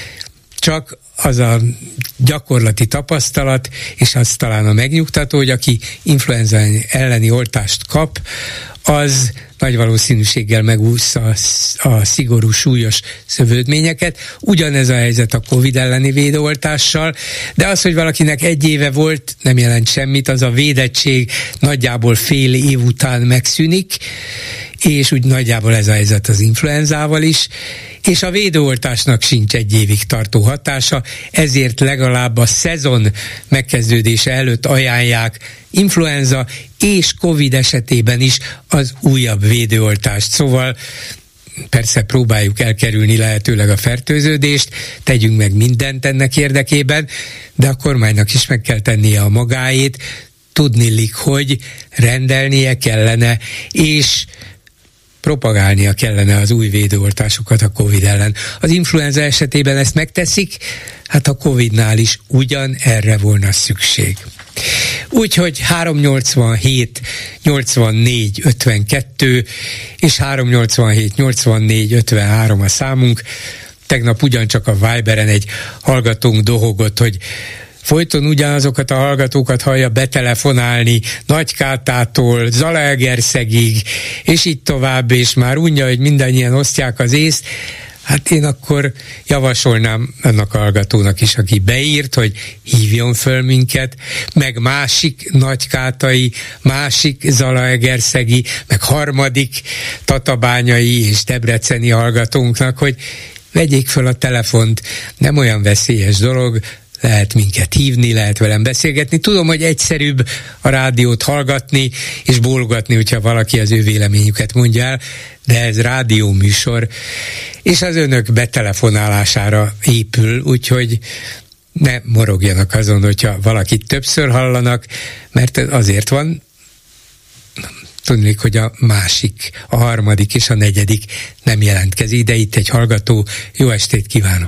csak az a gyakorlati tapasztalat, és az talán a megnyugtató, hogy aki influenza elleni oltást kap, az nagy valószínűséggel megúszza a szigorú, súlyos szövődményeket. Ugyanez a helyzet a Covid elleni védőoltással, de az, hogy valakinek 1 éve volt, nem jelent semmit, az a védettség nagyjából fél év után megszűnik, és úgy nagyjából ez a helyzet az influenzával is, és a védőoltásnak sincs 1 évig tartó hatása, ezért legalább a szezon megkezdődése előtt ajánlják influenza és Covid esetében is az újabb védőoltást. Szóval persze próbáljuk elkerülni lehetőleg a fertőződést, tegyünk meg mindent ennek érdekében, de a kormánynak is meg kell tennie a magáét, tudniillik, hogy rendelnie kellene, és propagálnia kellene az új védőoltásokat a Covid ellen. Az influenza esetében ezt megteszik, hát a Covidnál is ugyan erre volna szükség. Úgyhogy 387 84 52 és 387 84 53 a számunk. Tegnap ugyancsak a Viberen egy hallgatónk dohogott, hogy folyton ugyanazokat a hallgatókat hallja betelefonálni Nagykátától Zalaegerszegig, és így tovább, és már unja, hogy mindannyian osztják az észt. Hát én akkor javasolnám annak a hallgatónak is, aki beírt, hogy hívjon föl minket, meg másik nagykátai, másik zalaegerszegi, meg harmadik tatabányai és debreceni hallgatónknak, hogy vegyék föl a telefont, nem olyan veszélyes dolog, lehet minket hívni, lehet velem beszélgetni. Tudom, hogy egyszerűbb a rádiót hallgatni és bólogatni, hogyha valaki az ő véleményüket mondja el, de ez rádióműsor, és az önök betelefonálására épül, úgyhogy ne morogjanak azon, hogyha valakit többször hallanak, mert azért van, tudnék, hogy a másik, a harmadik és a negyedik nem jelentkezik, de itt egy hallgató. Jó estét kívánok!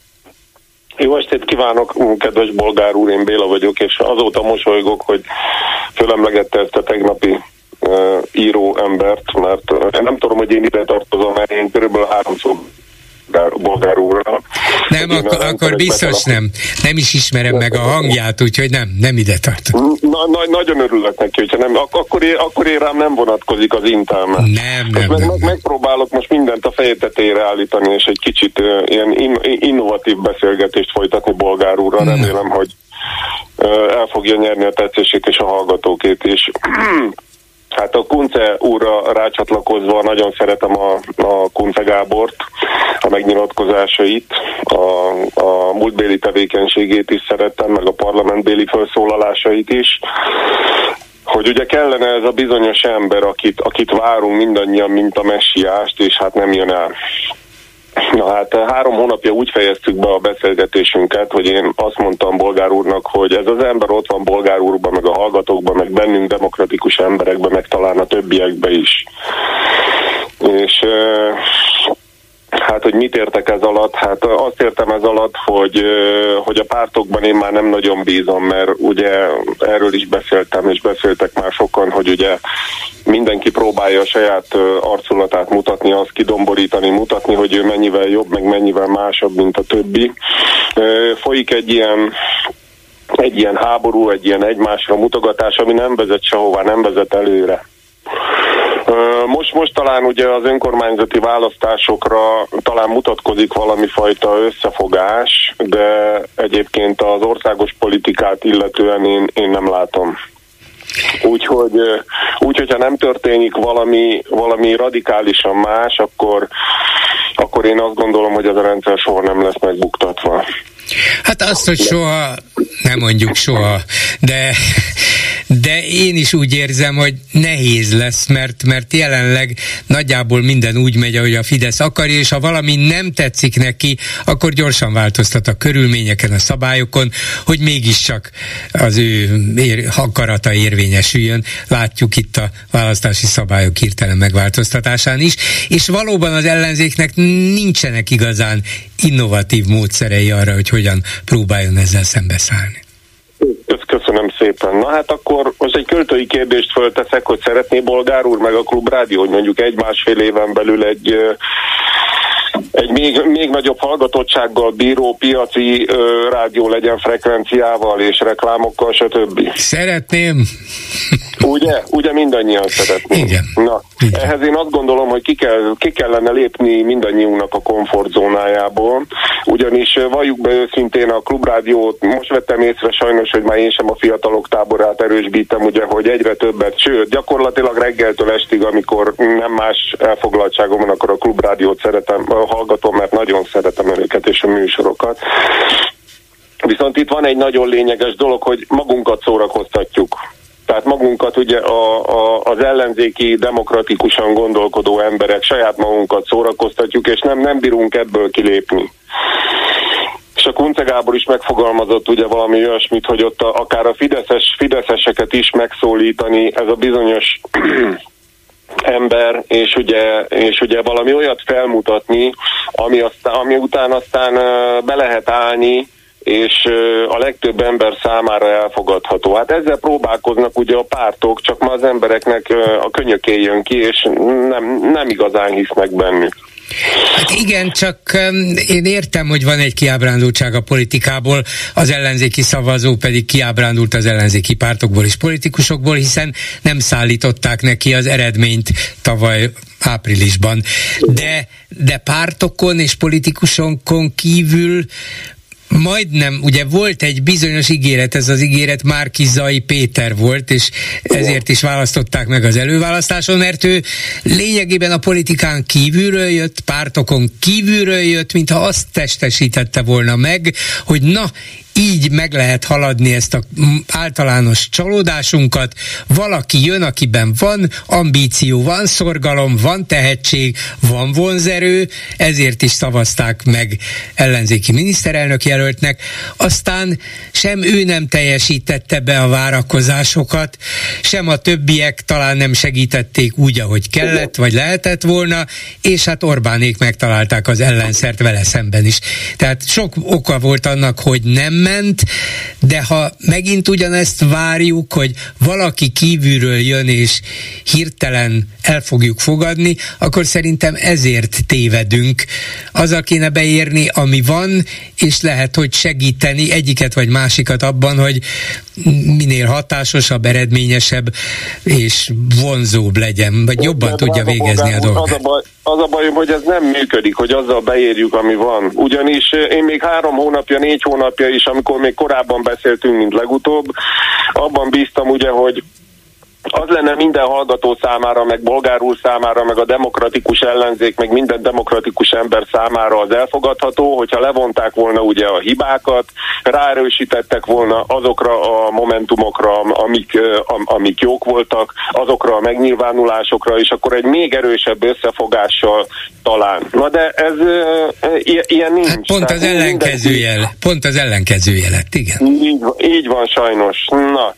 Jó estét kívánok, kedves bolgár úr, én Béla vagyok, és azóta mosolygok, hogy fölemlegette ezt a tegnapi író embert, mert nem tudom, hogy én ide tartozom, mert én körülbelül 3-szor bolgár úrra. Nem, akkor biztos nem. Nem is ismerem meg a hangját, úgyhogy nem ide tartom. Nagyon örülök neki, hogyha nem, akkor én rám nem vonatkozik az intelme. Nem. Megpróbálok most mindent a feje tetejére állítani, és egy kicsit ilyen innovatív beszélgetést folytatni bolgár úrra. Remélem, hogy el fogja nyerni a tetszését és a hallgatókét is. Hát a Kunce úrra rácsatlakozva nagyon szeretem a Kunce Gábort, a megnyilatkozásait, a múltbéli tevékenységét is szerettem, meg a parlamentbéli felszólalásait is, hogy ugye kellene ez a bizonyos ember, akit várunk mindannyian, mint a messiást, és hát nem jön el. Na hát 3 hónapja úgy fejeztük be a beszélgetésünket, hogy én azt mondtam bolgár úrnak, hogy ez az ember ott van bolgár úrban, meg a hallgatókban, meg bennünk demokratikus emberekben, meg talán a többiekben is. És hát, hogy mit értek ez alatt? Hát azt értem ez alatt, hogy a pártokban én már nem nagyon bízom, mert ugye erről is beszéltem, és beszéltek már sokan, hogy ugye mindenki próbálja a saját arculatát mutatni, azt kidomborítani, mutatni, hogy ő mennyivel jobb, meg mennyivel másabb, mint a többi. Folyik egy ilyen háború, egy ilyen egymásra mutogatás, ami nem vezet sehová, nem vezet előre. Most talán ugye az önkormányzati választásokra talán mutatkozik valami fajta összefogás, de egyébként az országos politikát illetően én nem látom. Úgyhogy ha nem történik valami radikálisan más, akkor én azt gondolom, hogy ez a rendszer soha nem lesz megbuktatva. Hát azt, hogy soha, nem mondjuk soha, de én is úgy érzem, hogy nehéz lesz, mert jelenleg nagyjából minden úgy megy, ahogy a Fidesz akarja, és ha valami nem tetszik neki, akkor gyorsan változtat a körülményeken, a szabályokon, hogy mégiscsak az ő akarata érvényesüljön. Látjuk itt a választási szabályok hirtelen megváltoztatásán is, és valóban az ellenzéknek nincsenek igazán innovatív módszerei arra, hogy hogyan próbáljon ezzel szembeszállni. Köszönöm szépen. Na hát akkor most egy költői kérdést fölteszek, hogy szeretné Bolgár úr meg a Klubrádió, hogy mondjuk 1-1,5 éven belül egy még nagyobb hallgatottsággal bíró piaci rádió legyen frekvenciával és reklámokkal, stb. Szeretném. Ugye mindannyian szeretném. Igen. Na, ehhez én azt gondolom, hogy ki kellene lépni mindannyiunknak a komfortzónájából, ugyanis valljuk be őszintén a Klubrádiót, most vettem észre sajnos, hogy már én sem a fiatalok táborát erősbítem, ugye, hogy egyre többet, sőt, gyakorlatilag reggeltől estig, amikor nem más elfoglaltságom van, akkor a Klubrádiót hallgatom, mert nagyon szeretem őket és a műsorokat. Viszont itt van egy nagyon lényeges dolog, hogy magunkat szórakoztatjuk. Tehát magunkat ugye az ellenzéki, demokratikusan gondolkodó emberek saját magunkat szórakoztatjuk, és nem bírunk ebből kilépni. És a Kunce Gábor is megfogalmazott ugye valami olyasmit, hogy ott akár a fideszeseket is megszólítani, ez a bizonyos ember, és ugye valami olyat felmutatni, ami után aztán be lehet állni, és a legtöbb ember számára elfogadható. Hát ezzel próbálkoznak ugye a pártok, csak ma az embereknek a könyökén jön ki, és nem igazán hisznek bennük. Hát igen, csak én értem, hogy van egy kiábrándultság a politikából, az ellenzéki szavazó pedig kiábrándult az ellenzéki pártokból és politikusokból, hiszen nem szállították neki az eredményt tavaly áprilisban. De pártokon és politikusokon kívül majdnem, ugye volt egy bizonyos ígéret, ez az ígéret Márki-Zay Péter volt, és ezért is választották meg az előválasztáson, mert ő lényegében a politikán kívülről jött, pártokon kívülről jött, mintha azt testesítette volna meg, hogy na, így meg lehet haladni ezt az általános csalódásunkat. Valaki jön, akiben van ambíció, van szorgalom, van tehetség, van vonzerő, ezért is szavazták meg ellenzéki miniszterelnök jelöltnek. Aztán sem ő nem teljesítette be a várakozásokat, sem a többiek talán nem segítették úgy, ahogy kellett, vagy lehetett volna, és hát Orbánék megtalálták az ellenszert vele szemben is. Tehát sok oka volt annak, hogy nem ment, de ha megint ugyanezt várjuk, hogy valaki kívülről jön és hirtelen el fogjuk fogadni, akkor szerintem ezért tévedünk. Azzal kéne beérni, ami van, és lehet, hogy segíteni egyiket vagy másikat abban, hogy minél hatásosabb, eredményesebb és vonzóbb legyen, vagy jobban tudja végezni a dolgot. Az a bajom, hogy ez nem működik, hogy azzal beérjük, ami van. Ugyanis én még 3 hónapja, 4 hónapja is, amikor még korábban beszéltünk, mint legutóbb, abban bíztam ugye, hogy az lenne minden hallgató számára, meg Bolgár úr számára, meg a demokratikus ellenzék, meg minden demokratikus ember számára az elfogadható, hogyha levonták volna ugye a hibákat, ráerősítettek volna azokra a momentumokra, amik jók voltak, azokra a megnyilvánulásokra, és akkor egy még erősebb összefogással talán. Na de ez ilyen nincs. Hát pont az ellenkező lett, igen. Így van sajnos. Na.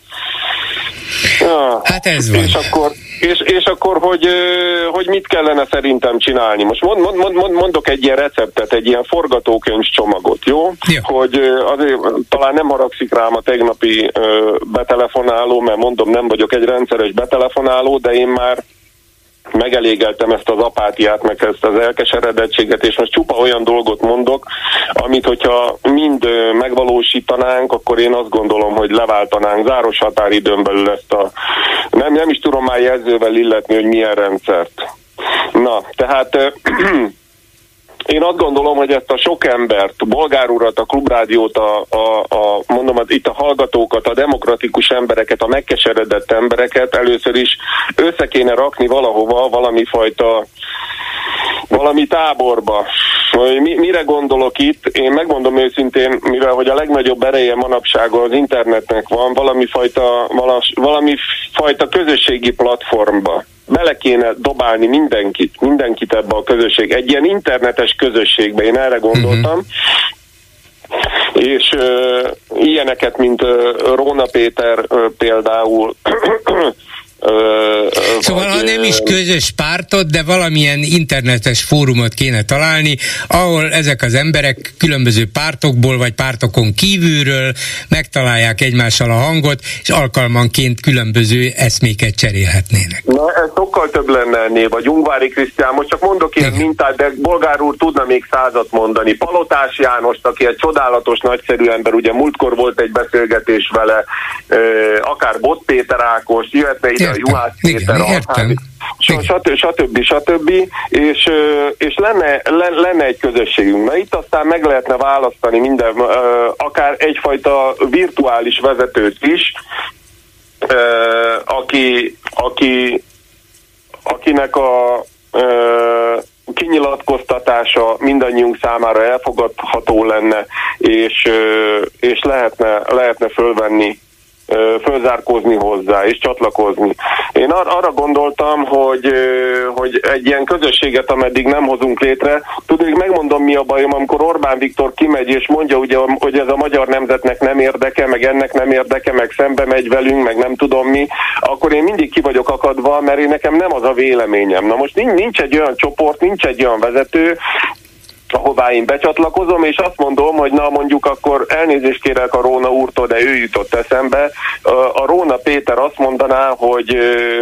Ja. Hát ez van. És akkor hogy mit kellene szerintem csinálni? Most mondok egy ilyen receptet, egy ilyen forgatókönyv csomagot, jó? Hogy azért talán nem haragszik rám a tegnapi betelefonáló, mert mondom, nem vagyok egy rendszeres betelefonáló, de én már megelégeltem ezt az apátiát, meg ezt az elkeseredettséget, és most csupa olyan dolgot mondok, amit hogyha mind megvalósítanánk, akkor én azt gondolom, hogy leváltanánk záros határidőn belül ezt a... Nem is tudom már jelzővel illetni, hogy milyen rendszert. Na, tehát Én azt gondolom, hogy ezt a sok embert, Bolgár urat, a Klubrádiót, mondom, itt a hallgatókat, a demokratikus embereket, a megkeseredett embereket először is össze kéne rakni valahova, valami táborba. Mire gondolok itt? Én megmondom őszintén, mivel hogy a legnagyobb ereje manapság az internetnek van, valami fajta közösségi platformba. Bele kéne dobálni mindenkit ebbe a közösség. Egy ilyen internetes közösségbe, én erre gondoltam. És ilyeneket, mint Róna Péter például, szóval ha nem is közös pártot, de valamilyen internetes fórumot kéne találni, ahol ezek az emberek különböző pártokból, vagy pártokon kívülről megtalálják egymással a hangot, és alkalmanként különböző eszméket cserélhetnének. Na, ez sokkal több lenne ennél, vagy Ungvári Krisztián, most csak mondok ilyen mintát, de Bolgár úr tudna még 100-at mondani. Palotás Jánost, aki egy csodálatos, nagyszerű ember, ugye múltkor volt egy beszélgetés vele, akár Bot Péter Ákos, jöhetne ide a Juhász Péter, stb. És lenne egy közösségünk. Na itt aztán meg lehetne választani minden, akár egyfajta virtuális vezetőt is, akinek a kinyilatkoztatása mindannyiunk számára elfogadható lenne, és lehetne fölzárkózni hozzá, és csatlakozni. Én arra gondoltam, hogy egy ilyen közösséget, ameddig nem hozunk létre, tudnék, megmondom, mi a bajom, amikor Orbán Viktor kimegy, és mondja, ugye, hogy ez a magyar nemzetnek nem érdeke, meg ennek nem érdeke, meg szembe megy velünk, meg nem tudom mi, akkor én mindig ki vagyok akadva, mert nekem nem az a véleményem. Na most nincs egy olyan csoport, nincs egy olyan vezető, ahová én becsatlakozom, és azt mondom, hogy na mondjuk akkor elnézést kérek a Róna úrtól, de ő jutott eszembe. A Róna Péter azt mondaná, hogy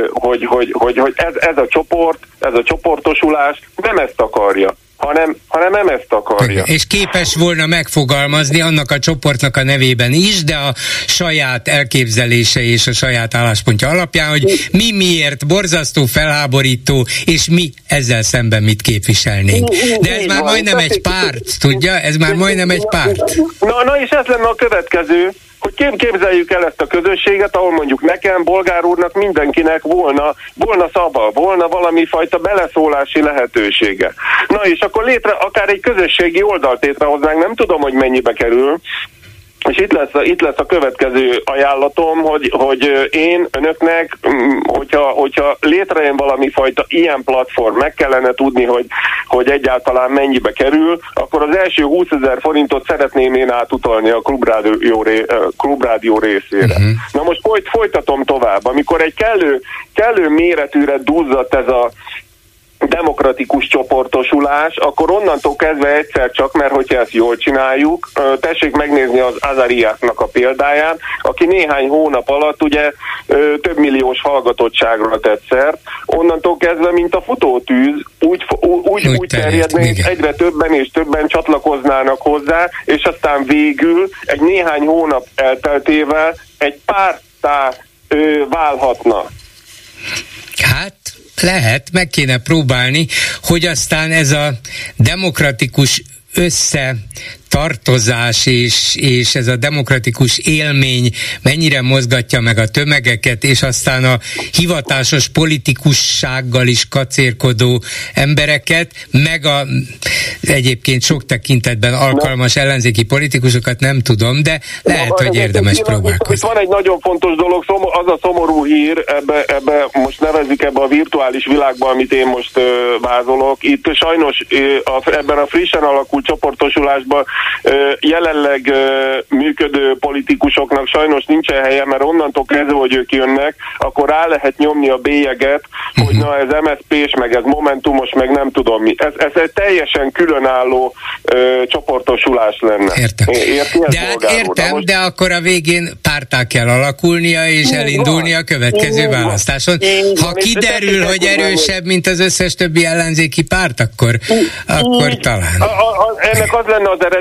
ez a csoport, ez a csoportosulás nem ezt akarja, hanem nem ezt akarja. És képes volna megfogalmazni annak a csoportnak a nevében is, de a saját elképzelése és a saját álláspontja alapján, hogy mi miért borzasztó, felháborító, és mi ezzel szemben mit képviselnénk. De ez már majdnem egy párt, tudja? Ez már majdnem egy párt. Na és ez lenne a következő, hogy képzeljük el ezt a közösséget, ahol mondjuk nekem, Bolgár úrnak, mindenkinek volna szava, volna valami fajta beleszólási lehetősége. Na és akkor akár egy közösségi oldalt létrehoznánk, nem tudom, hogy mennyibe kerül, és itt lesz a következő ajánlatom, hogy én önöknek, hogyha létrejön valami fajta ilyen platform, meg kellene tudni, hogy egyáltalán mennyibe kerül, akkor az első 20 000 forintot szeretném én átutalni a Klubrádió részére. Na most folytatom tovább. Amikor egy kellő méretűre duzzadt ez a demokratikus csoportosulás, akkor onnantól kezdve egyszer csak, mert hogyha ezt jól csináljuk, tessék megnézni az Azariáknak a példáját, aki néhány hónap alatt ugye több milliós hallgatottságra tett szert, onnantól kezdve, mint a futótűz, úgy terjednénk, egyre többen és többen csatlakoznának hozzá, és aztán végül egy néhány hónap elteltével egy párttá válhatna. Hát lehet, meg kéne próbálni, hogy aztán ez a demokratikus összetartozás és ez a demokratikus élmény mennyire mozgatja meg a tömegeket, és aztán a hivatásos politikussággal is kacérkodó embereket, meg a egyébként sok tekintetben alkalmas ellenzéki politikusokat nem tudom, de lehet, hogy érdemes próbálkozni. Van egy nagyon fontos dolog, az a szomorú hír, ebbe most nevezzük ebbe a virtuális világban, amit én most vázolok. Itt sajnos ebben a frissen alakult csoportosulásban jelenleg működő politikusoknak sajnos nincsen helye, mert onnantól kezdve, hogy ők jönnek, akkor rá lehet nyomni a bélyeget, hogy na ez MSZP-s, meg ez Momentumos, meg nem tudom mi. Ez egy teljesen különálló csoportosulás lenne. Értem. Értem, de akkor a végén párttá kell alakulnia, és elindulni a következő választáson. Ha kiderül, hogy erősebb, mint az összes többi ellenzéki párt, akkor talán. Ennek az lenne az eredmény,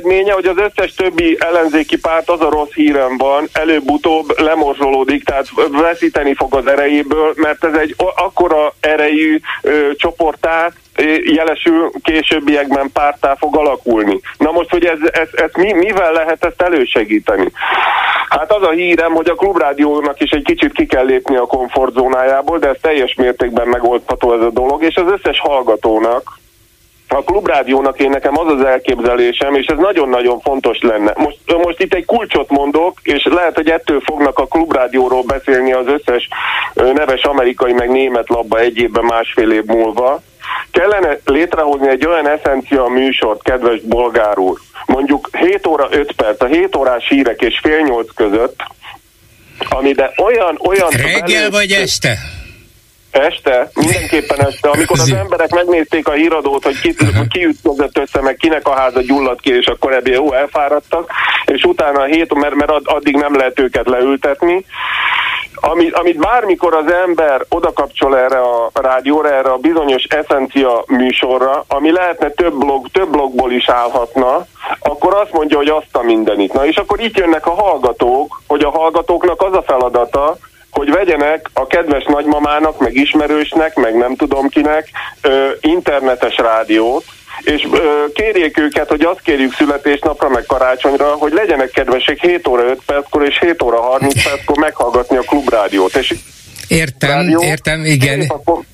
eredménye, hogy az összes többi ellenzéki párt, az a rossz hírem van, előbb-utóbb lemorzsolódik, tehát veszíteni fog az erejéből, mert ez egy akkora erejű csoporttá, jelesül későbbiekben párttá fog alakulni. Na most, hogy mivel lehet ezt elősegíteni? Hát az a hírem, hogy a Klubrádiónak is egy kicsit ki kell lépni a komfortzónájából, de ez teljes mértékben megoldható ez a dolog, és az összes hallgatónak, a Klubrádiónak nekem az az elképzelésem, és ez nagyon-nagyon fontos lenne. Most itt egy kulcsot mondok, és lehet, hogy ettől fognak a Klubrádióról beszélni az összes neves amerikai meg német labba egy évben, másfél év múlva. Kellene létrehozni egy olyan eszencia műsort, kedves bolgár úr, mondjuk 7 óra 5 perc, a 7 órás hírek és fél 8 között, amiben olyan... Reggel vagy este? Este, mindenképpen este. Amikor az emberek megnézték a híradót, hogy ki ütközött össze, meg kinek a háza gyulladt ki, és akkor ebből jó elfáradtak, és utána a 7, mert addig nem lehet őket leültetni. Amit bármikor az ember odakapcsol erre a rádióra, erre a bizonyos eszencia műsorra, ami lehetne több blogból is állhatna, akkor azt mondja, hogy azt a mindenit. Na és akkor itt jönnek a hallgatók, hogy a hallgatóknak az a feladata, hogy vegyenek a kedves nagymamának, meg ismerősnek, meg nem tudom kinek internetes rádiót, és kérjék őket, hogy azt kérjük születésnapra, meg karácsonyra, hogy legyenek kedvesek 7 óra 5 perckor és 7 óra 30 perckor meghallgatni a Klubrádiót. És értem, igen.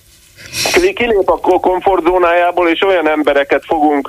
Kilép a komfortzónájából, és olyan embereket fogunk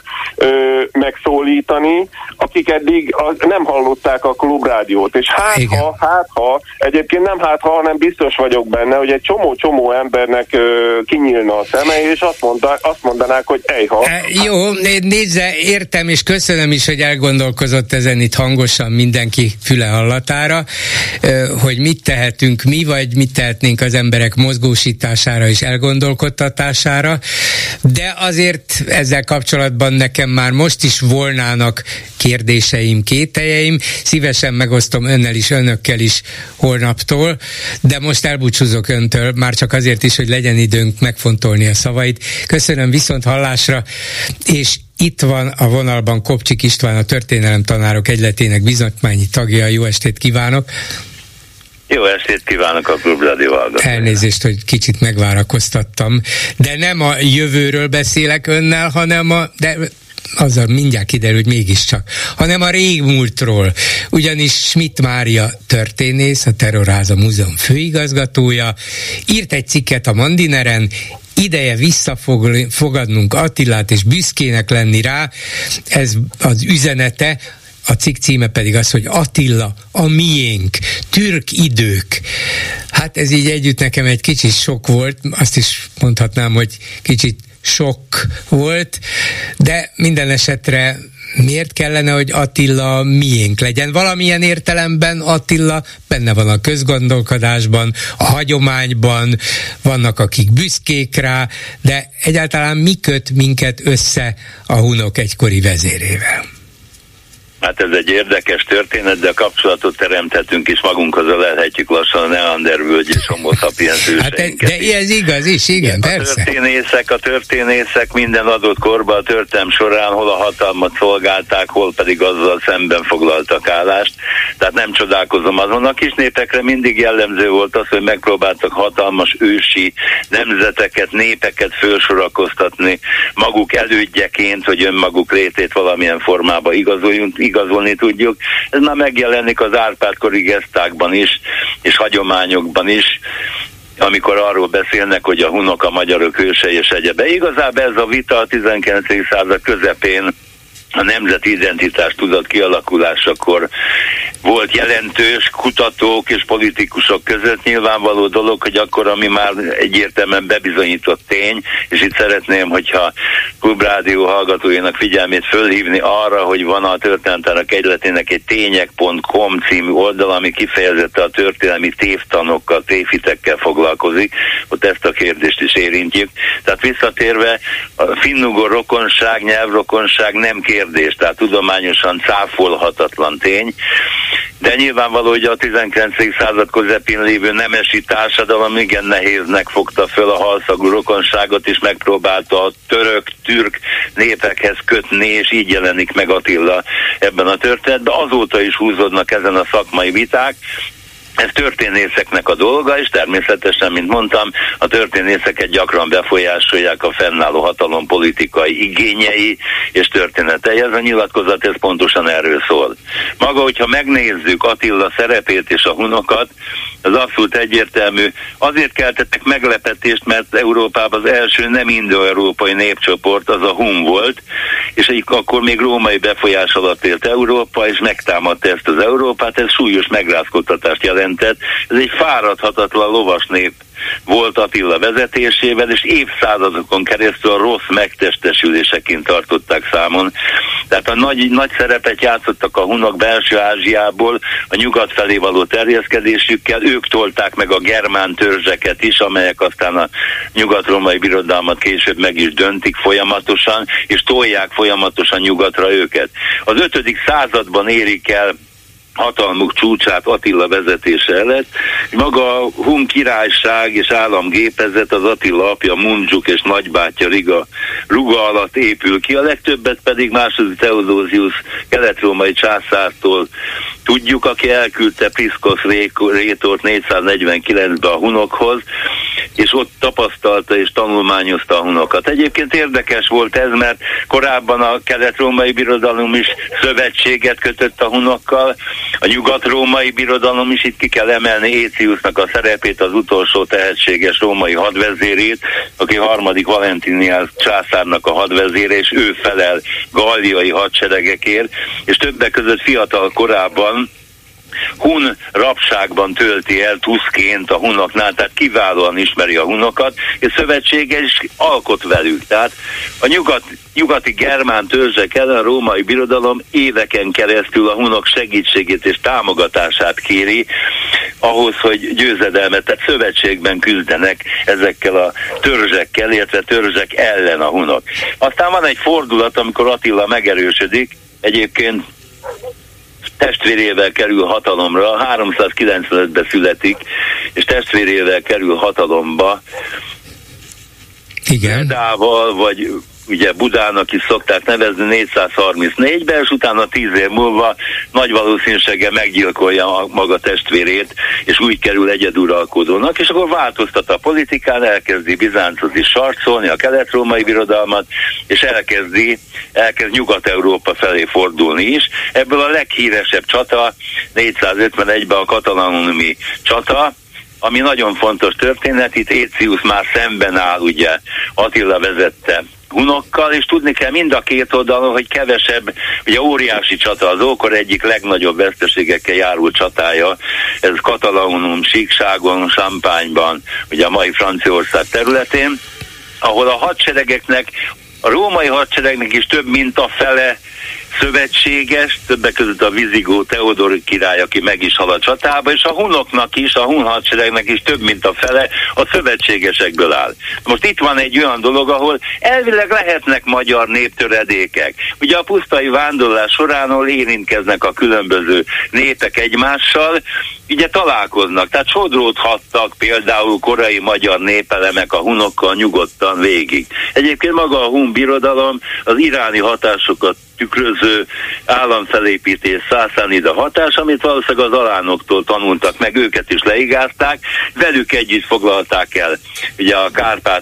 megszólítani, akik eddig nem hallották a Klubrádiót. És hát ha, egyébként nem hanem biztos vagyok benne, hogy egy csomó embernek kinyílna a szeme, és azt mondanák, hogy ejha. Jó, nézze, értem, és köszönöm is, hogy elgondolkozott ezen itt hangosan mindenki füle hallatára, hogy mit tehetünk mi, vagy mit tehetnénk az emberek mozgósítására és elgondolkodtatására, de azért ezzel kapcsolatban nekem már most is volnának kérdéseim, kételjeim, szívesen megosztom önnel is, önökkel is holnaptól, de most elbúcsúzok öntől, már csak azért is, hogy legyen időnk megfontolni a szavait. Köszönöm, viszont hallásra, és itt van a vonalban Kopcsik István, a Történelemtanárok Egyletének bizonyítmányi tagja. Jó estét kívánok! Jó estét kívánok a Klubrádió hallgatójának. Elnézést, hogy kicsit megvárakoztattam, de nem a jövőről beszélek önnel, de azzal mindjárt kiderül, hogy mégiscsak, hanem a régmúltról. Ugyanis Schmidt Mária történész, a Terrorháza Múzeum főigazgatója írt egy cikket a Mandineren, ideje visszafogadnunk Attilát és büszkének lenni rá, ez az üzenete. A cikk címe pedig az, hogy Attila, a miénk, türk idők. Hát ez így együtt nekem egy kicsit sok volt, azt is mondhatnám, hogy kicsit sok volt, de minden esetre miért kellene, hogy Attila miénk legyen? Valamilyen értelemben Attila benne van a közgondolkodásban, a hagyományban, vannak akik büszkék rá, de egyáltalán mi köt minket össze a hunok egykori vezérével? Hát ez egy érdekes történet, de a kapcsolatot teremthetünk is magunkhoz, lelhetjük lassan a Neandervölgy és Homo sapiens őseinket. Hát de ez igaz is, igen, persze. A történészek minden adott korban a történelem során hol a hatalmat szolgálták, hol pedig azzal szemben foglaltak állást. Tehát nem csodálkozom azon. A kis népekre mindig jellemző volt az, hogy megpróbáltak hatalmas ősi nemzeteket, népeket fölsorakoztatni maguk elődjeként, hogy önmaguk létét valamilyen formába igazolni tudjuk. Ez már megjelenik az Árpád-kori gesztákban is, és hagyományokban is, amikor arról beszélnek, hogy a hunok a magyarok ősei és egyebe. Igazából ez a vita a 19. század közepén a nemzeti identitás tudat kialakulásakor volt jelentős kutatók és politikusok között. Nyilvánvaló dolog, hogy akkor, ami már egyértelműen bebizonyított tény, és itt szeretném, hogyha Klubrádió hallgatóinak figyelmét fölhívni arra, hogy van a Történelemtanárok Egyletének egy tények.com című oldal, ami kifejezetten a történelmi tévtanokkal, tévhitekkel foglalkozik, ott ezt a kérdést is érintjük. Tehát visszatérve, a finnugor rokonság, nyelvrokonság nem kérdés, tehát tudományosan cáfolhatatlan tény, De nyilvánvaló, hogy a 19. század közepén lévő nemesi társadalom igen nehéznek fogta föl a halszagú rokonságot, és megpróbálta a török-türk népekhez kötni, és így jelenik meg Attila ebben a történetben. Azóta is húzódnak ezen a szakmai viták. Ez történészeknek a dolga, és természetesen, mint mondtam, a történészeket gyakran befolyásolják a fennálló hatalom politikai igényei és történetei. Ez a nyilatkozat, ez pontosan erről szól. Maga, hogyha megnézzük Attila szerepét és a hunokat, az abszolút egyértelmű. Azért keltettek meglepetést, mert Európában az első nem indoeurópai népcsoport az a hun volt, és akkor még római befolyás alatt élt Európa, és megtámadta ezt az Európát, ez súlyos megrázkódtatást jelentett. Ez egy fáradhatatlan lovas nép volt Attila vezetésével, és évszázadokon keresztül a rossz megtestesüléseként tartották számon. Tehát a nagy szerepet játszottak a hunok belső Ázsiából, a nyugat felé való terjeszkedésükkel, ők tolták meg a germán törzseket is, amelyek aztán a nyugat-római birodalmat később meg is döntik folyamatosan, és tolják folyamatosan nyugatra őket. Az 5. században érik el hatalmuk csúcsát Attila vezetése előtt. Maga a hun királyság és államgépezet az Attila apja Mundzsuk és nagybátyja Ruga alatt épül ki, a legtöbbet pedig második Theodosius kelet-római császártól tudjuk, aki elküldte Priszkosz rétort 449-ben a hunokhoz, és ott tapasztalta és tanulmányozta a hunokat. Egyébként érdekes volt ez, mert korábban a kelet-római birodalom is szövetséget kötött a hunokkal, a nyugat-római birodalom is, itt ki kell emelni Éciusnak a szerepét, az utolsó tehetséges római hadvezérét, aki harmadik Valentinian császárnak a hadvezére, és ő felel galliai hadseregekért, és többek között fiatal korában hun rabságban tölti el tuszként a hunoknál, tehát kiválóan ismeri a hunokat, és szövetsége is alkot velük. Tehát a nyugati germán törzsek ellen a római birodalom éveken keresztül a hunok segítségét és támogatását kéri ahhoz, hogy győzedelmet, tehát szövetségben küzdenek ezekkel a törzsekkel, illetve törzsek ellen a hunok. Aztán van egy fordulat, amikor Attila megerősödik, egyébként testvérével kerül hatalomra, 395-ben születik, és testvérével kerül hatalomba. Igen. Budával, vagy ugye Budának is szokták nevezni 434-ben, és utána 10 év múlva nagy valószínűséggel meggyilkolja a maga testvérét, és úgy kerül egyeduralkodónak, és akkor változtat a politikán, elkezdi Bizáncot is sarcolni, a kelet-római birodalmat, és elkezd Nyugat-Európa felé fordulni is. Ebből a leghíresebb csata 451-ben a katalánumi csata, ami nagyon fontos történet, itt Écius már szemben áll, ugye Attila vezette hunokkal, és tudni kell mind a két oldalon, hogy kevesebb, ugye óriási csata, az ókor egyik legnagyobb veszteségekkel járult csatája, ez Katalánum, Síkságon, Champagne-ban, ugye a mai Franciaország területén, ahol a hadseregeknek, a római hadseregnek is több mint a fele szövetséges, többek között a Vizigó Teodor király, aki meg is hal a csatába, és a hunoknak is, a hun hadseregnek is több mint a fele a szövetségesekből áll. Most itt van egy olyan dolog, ahol elvileg lehetnek magyar néptöredékek. Ugye a pusztai vándorlás során, ahol érintkeznek a különböző népek egymással, ugye találkoznak, tehát sodródhattak például korai magyar népelemek a hunokkal nyugodtan végig. Egyébként maga a hun birodalom az iráni hatásokat tükröző államfelépítés, Szászánida hatás, amit valószínűleg az alánoktól tanultak meg, őket is leigázták, velük együtt foglalták el ugye a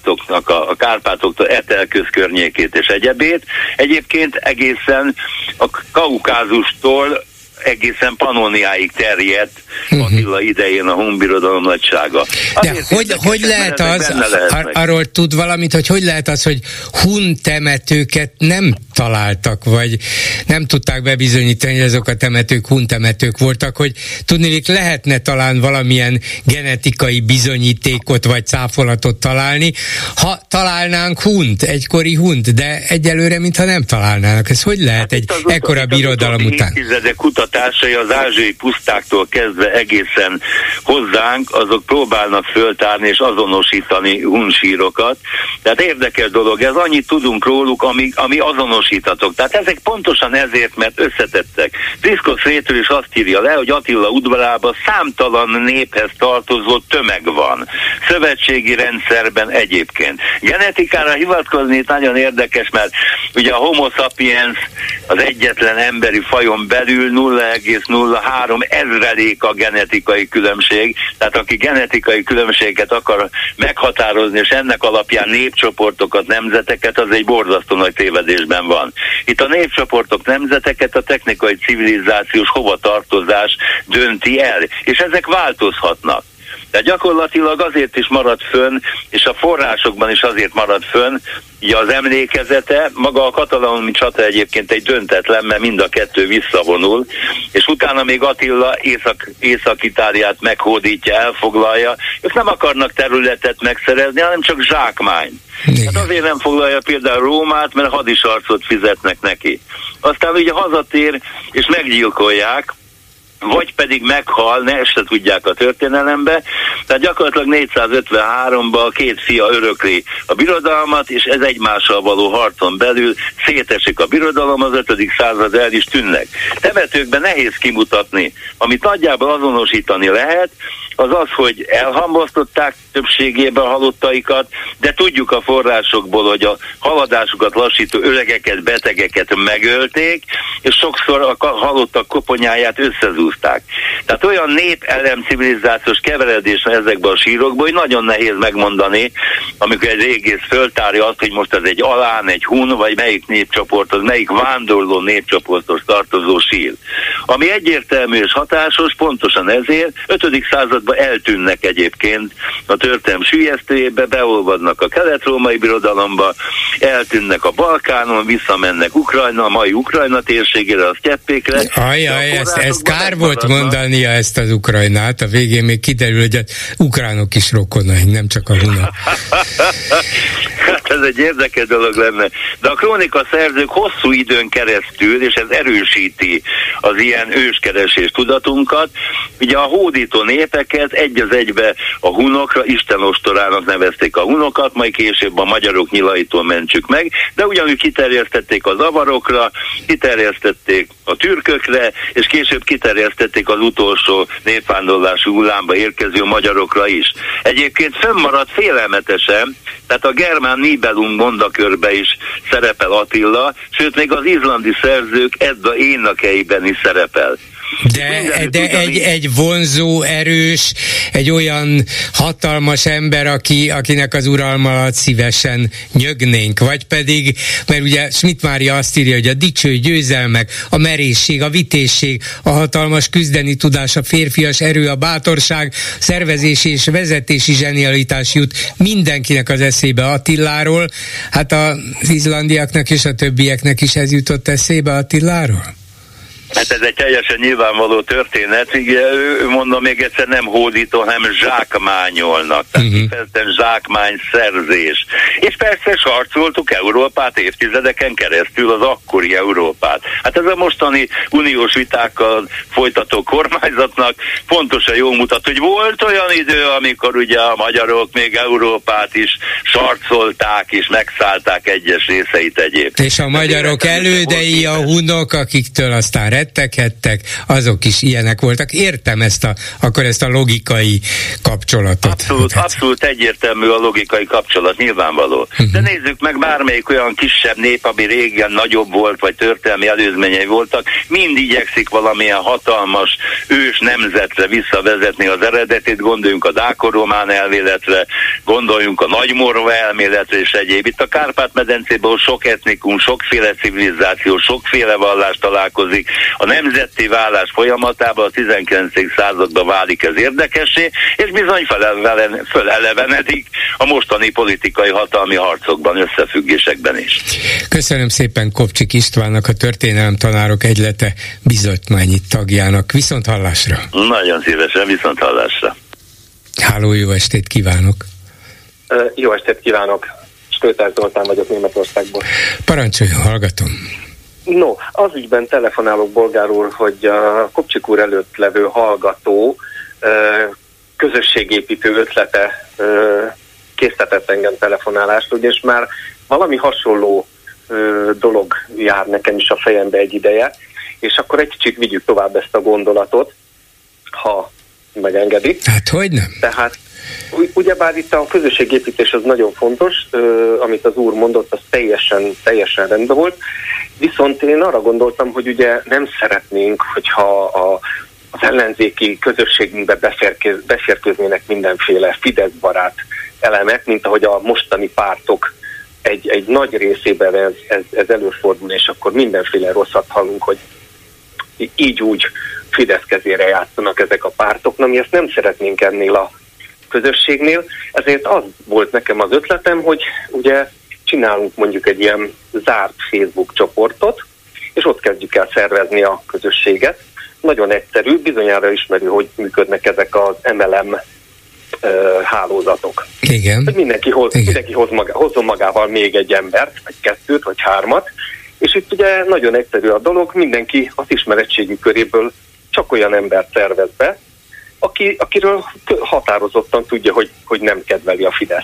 Kárpátoktól Etelköz környékét és egyebét. Egyébként egészen a Kaukázustól egészen Pannoniáig terjedt Attila idején a hun birodalom nagysága. De hogy lehet az, arról tud valamit, hogy lehet az, hogy hun temetőket nem találtak, vagy nem tudták bebizonyítani, hogy azok a temetők hun temetők voltak, hogy tudniillik lehetne talán valamilyen genetikai bizonyítékot, vagy cáfolatot találni, ha találnánk hunt, egykori hunt, de egyelőre mintha nem találnának. Ez hogy lehet egy ekkora birodalom után? munkatársai az ázsiai pusztáktól kezdve egészen hozzánk, azok próbálnak föltárni és azonosítani hunsírokat. Tehát érdekes dolog, ez annyit tudunk róluk, ami azonosíthatók. Tehát ezek pontosan ezért, mert összetettek. Priszkosz Rétől is azt írja le, hogy Attila udvarában számtalan néphez tartozó tömeg van. Szövetségi rendszerben egyébként. Genetikára hivatkozni itt nagyon érdekes, mert ugye a Homo sapiens az egyetlen emberi fajon belül 0,03 ezrelék a genetikai különbség, tehát aki genetikai különbséget akar meghatározni, és ennek alapján népcsoportokat, nemzeteket, az egy borzasztó nagy tévedésben van. Itt a népcsoportok, nemzeteket a technikai civilizációs hovatartozás dönti el, és ezek változhatnak. De gyakorlatilag azért is marad fönn, és a forrásokban is azért marad fönn, ugye az emlékezete, maga a katalóniai csata egyébként egy döntetlen, mert mind a kettő visszavonul, és utána még Attila Észak-Itáliát meghódítja, elfoglalja, ők nem akarnak területet megszerezni, hanem csak zsákmányt. Hát azért nem foglalja például Rómát, mert hadisarcot fizetnek neki. Aztán ugye hazatér, és meggyilkolják, vagy pedig meghal, ezt se tudják a történelembe. Tehát gyakorlatilag 453-ban a két fia örökli a birodalmat, és ez egymással való harcon belül szétesik a birodalom, az 5. század el is tűnnek. Temetőkben nehéz kimutatni. Amit nagyjából azonosítani lehet, az, hogy elhamvasztották többségében a halottaikat, de tudjuk a forrásokból, hogy a haladásukat lassító öregeket, betegeket megölték, és sokszor a halottak koponyáját összezúzták. Tehát olyan népelem civilizációs keveredés ezekben a sírokban, hogy nagyon nehéz megmondani, amikor egy régész föltárja azt, hogy most ez egy alán, egy hun, vagy melyik népcsoporthoz, melyik vándorló népcsoporthoz tartozó sír. Ami egyértelmű és hatásos, pontosan ezért 5. században eltűnnek egyébként a történelem süllyesztőjébe, beolvadnak a kelet-római birodalomba, eltűnnek a Balkánon, visszamennek Ukrajna, a mai Ukrajna térségére, a sztyeppékre. Ajaj, ezt kár volt mondania, ezt az Ukrajnát, a végén még kiderül, hogy az ukránok is rokonaink, nem csak a hunok. Hát ez egy érdekes dolog lenne. De a krónika szerzők hosszú időn keresztül, és ez erősíti az ilyen őskeresés tudatunkat, ugye a hódító népeket egy az egybe a hunokra, istenostorának nevezték a hunokat, majd később a magyarok nyilaitól mentsük meg, de ugyanúgy kiterjesztették az avarokra, kiterjesztették a türkökre, és később kiterjesztették az utolsó népvándorlású hullámba érkező magyarokra is. Egyébként fönnmaradt félelmetesen, tehát a germán Nibelung mondakörbe is szerepel Attila, sőt még az izlandi szerzők Edda énekeiben is szerepel. De egy vonzó, erős, egy olyan hatalmas ember, akinek az uralma alatt szívesen nyögnénk, vagy pedig, mert ugye Schmidt Mária azt írja, hogy a dicső győzelmek, a merészség, a vitézség, a hatalmas küzdeni tudás, a férfias erő, a bátorság, szervezési és vezetési zsenialitás jut mindenkinek az eszébe Attiláról. Hát az izlandiaknak és a többieknek is ez jutott eszébe Attiláról? Hát ez egy teljesen nyilvánvaló történet, ő mondom még egyszer nem hódító, hanem zsákmányolnak. Tehát kifejezetten zsákmány szerzés. És persze sarcoltuk Európát évtizedeken keresztül, az akkori Európát. Hát ez a mostani uniós vitákkal folytató kormányzatnak pontosan jól mutat, hogy volt olyan idő, amikor ugye a magyarok még Európát is sarcolták és megszállták egyes részeit egyéb. És a magyarok elődei, a hunok, akiktől aztán retteghettek, azok is ilyenek voltak. Értem akkor ezt a logikai kapcsolatot. Abszolút egyértelmű a logikai kapcsolat, nyilvánvaló. De nézzük meg bármelyik olyan kisebb nép, ami régen nagyobb volt, vagy történelmi előzményei voltak, mind igyekszik valamilyen hatalmas ős nemzetre visszavezetni az eredetét, gondoljunk a dákor-román elméletre, gondoljunk a nagymorva elméletre és egyéb. Itt a Kárpát-medencében sok etnikum, sokféle civilizáció, sokféle vallás találkozik. A nemzeti válás folyamatában a 19. században válik ez érdekessé, és bizony fölelevenedik a mostani politikai hatalmi harcokban, összefüggésekben is. Köszönöm szépen Kopcsik Istvánnak, a Történelemtanárok Egylete bizottmányi tagjának. Viszont hallásra! Nagyon szívesen, viszont hallásra! Háló, jó estét kívánok! Jó estét kívánok! Stöter Zoltán vagyok Németországból. Parancsoljon, hallgatom! No, az ügyben telefonálok, Bolgár úr, hogy a Kopcsik úr előtt levő hallgató közösségépítő ötlete késztetett engem telefonálást, ugyanis már valami hasonló dolog jár nekem is a fejembe egy ideje, és akkor egy kicsit vigyük tovább ezt a gondolatot, ha megengedi. Hát hogy nem? Tehát ugyebár itt a közösségépítés az nagyon fontos, amit az úr mondott, az teljesen rendben volt, viszont én arra gondoltam, hogy ugye nem szeretnénk, hogyha az ellenzéki közösségünkbe beférkőznének mindenféle Fidesz-barát elemek, mint ahogy a mostani pártok egy nagy részében ez előfordul, és akkor mindenféle rosszat hallunk, hogy így-úgy Fidesz kezére játszanak ezek a pártok. Na, mi ezt nem szeretnénk ennél a közösségnél, ezért az volt nekem az ötletem, hogy ugye csinálunk mondjuk egy ilyen zárt Facebook csoportot, és ott kezdjük el szervezni a közösséget. Nagyon egyszerű, bizonyára ismerő, hogy működnek ezek az MLM hálózatok. Igen. Hogy mindenki hozzon magával még egy embert, vagy kettőt, vagy hármat, és itt ugye nagyon egyszerű a dolog, mindenki az ismeretségi köréből csak olyan embert szervez be, akiről határozottan tudja, hogy nem kedveli a Fideszt.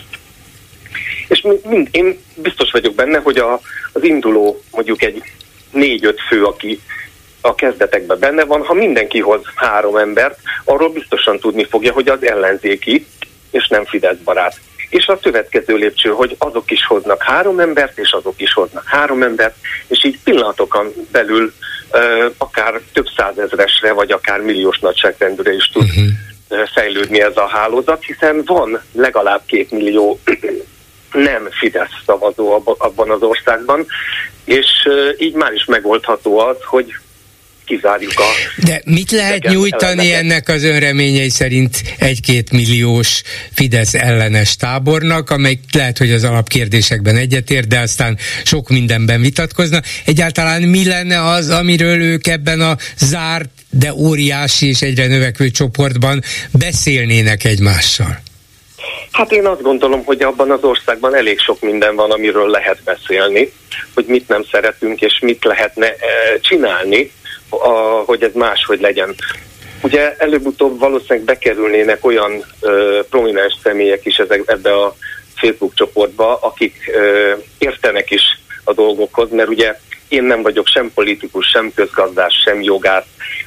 És én biztos vagyok benne, hogy az induló mondjuk egy 4-5 fő, aki a kezdetekben benne van, ha mindenki hoz 3 embert, arról biztosan tudni fogja, hogy az ellenzéki, és nem Fidesz barát. És a következő lépcső, hogy azok is hoznak 3 embert, és azok is hoznak 3 embert, és így pillanatokon belül akár több százezresre, vagy akár milliós nagyságrendűre is tud fejlődni ez a hálózat, hiszen van legalább 2 millió nem Fidesz szavazó abban az országban, és így már is megoldható az, hogy kizárjuk a... De mit lehet nyújtani ennek az önreményei szerint 1-2 milliós Fidesz ellenes tábornak, amely lehet, hogy az alapkérdésekben egyetért, de aztán sok mindenben vitatkozna. Egyáltalán mi lenne az, amiről ők ebben a zárt, de óriási és egyre növekvő csoportban beszélnének egymással? Hát én azt gondolom, hogy abban az országban elég sok minden van, amiről lehet beszélni, hogy mit nem szeretünk, és mit lehetne csinálni, hogy ez máshogy legyen. Ugye előbb-utóbb valószínűleg bekerülnének olyan prominens személyek is ebbe a Facebook csoportba, akik értenek is a dolgokhoz, mert ugye én nem vagyok sem politikus, sem közgazdás, sem jogász,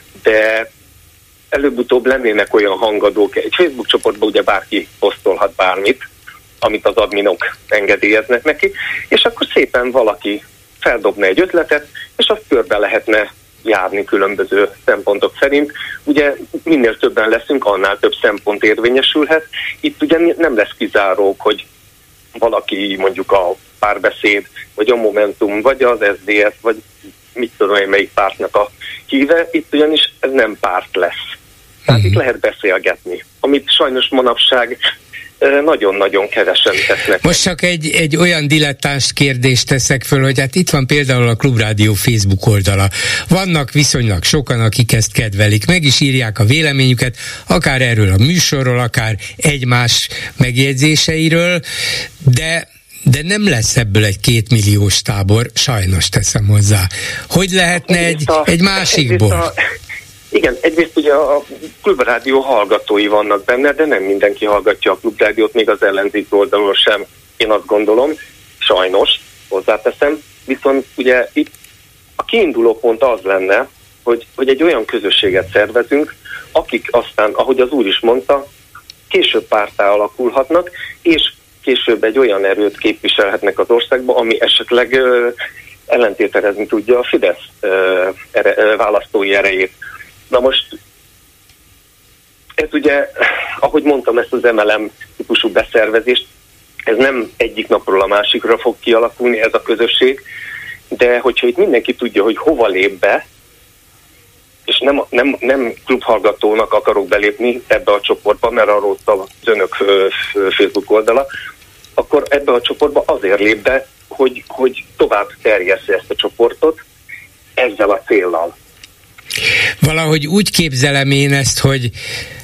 de előbb-utóbb lennének olyan hangadók. Egy Facebook csoportban ugye bárki posztolhat bármit, amit az adminok engedélyeznek neki, és akkor szépen valaki feldobna egy ötletet, és azt körbe lehetne járni különböző szempontok szerint. Ugye minél többen leszünk, annál több szempont érvényesülhet. Itt ugye nem lesz kizárók, hogy valaki mondjuk a Párbeszéd, vagy a Momentum, vagy az SZDSZ, vagy mit tudom én melyik pártnak a híve, itt ugyanis ez nem párt lesz. Tehát itt lehet beszélgetni, amit sajnos manapság nagyon-nagyon kevesen tesznek. Most csak egy olyan dilettáns kérdést teszek föl, hogy hát itt van például a Klubrádió Facebook oldala. Vannak viszonylag sokan, akik ezt kedvelik, meg is írják a véleményüket, akár erről a műsorról, akár egymás megjegyzéseiről, de nem lesz ebből egy 2 milliós tábor, sajnos teszem hozzá. Hogy lehetne egy másikból? Igen, egyrészt ugye a Klubrádió hallgatói vannak benne, de nem mindenki hallgatja a Klubrádiót, még az ellenzék oldalon sem, én azt gondolom, sajnos, hozzáteszem, viszont ugye itt a kiinduló pont az lenne, hogy egy olyan közösséget szervezünk, akik aztán, ahogy az úr is mondta, később párttá alakulhatnak, és később egy olyan erőt képviselhetnek az országban, ami esetleg ellentételezni tudja a Fidesz választói erejét. Na most, ez ugye, ahogy mondtam, ezt az MLM típusú beszervezést, ez nem egyik napról a másikra fog kialakulni ez a közösség, de hogyha itt mindenki tudja, hogy hova lép be, és nem klubhallgatónak akarok belépni ebbe a csoportba, mert arról szól az önök Facebook oldala, akkor ebbe a csoportba azért lép be, hogy tovább terjessze ezt a csoportot ezzel a céllal. Valahogy úgy képzelem én ezt, hogy hát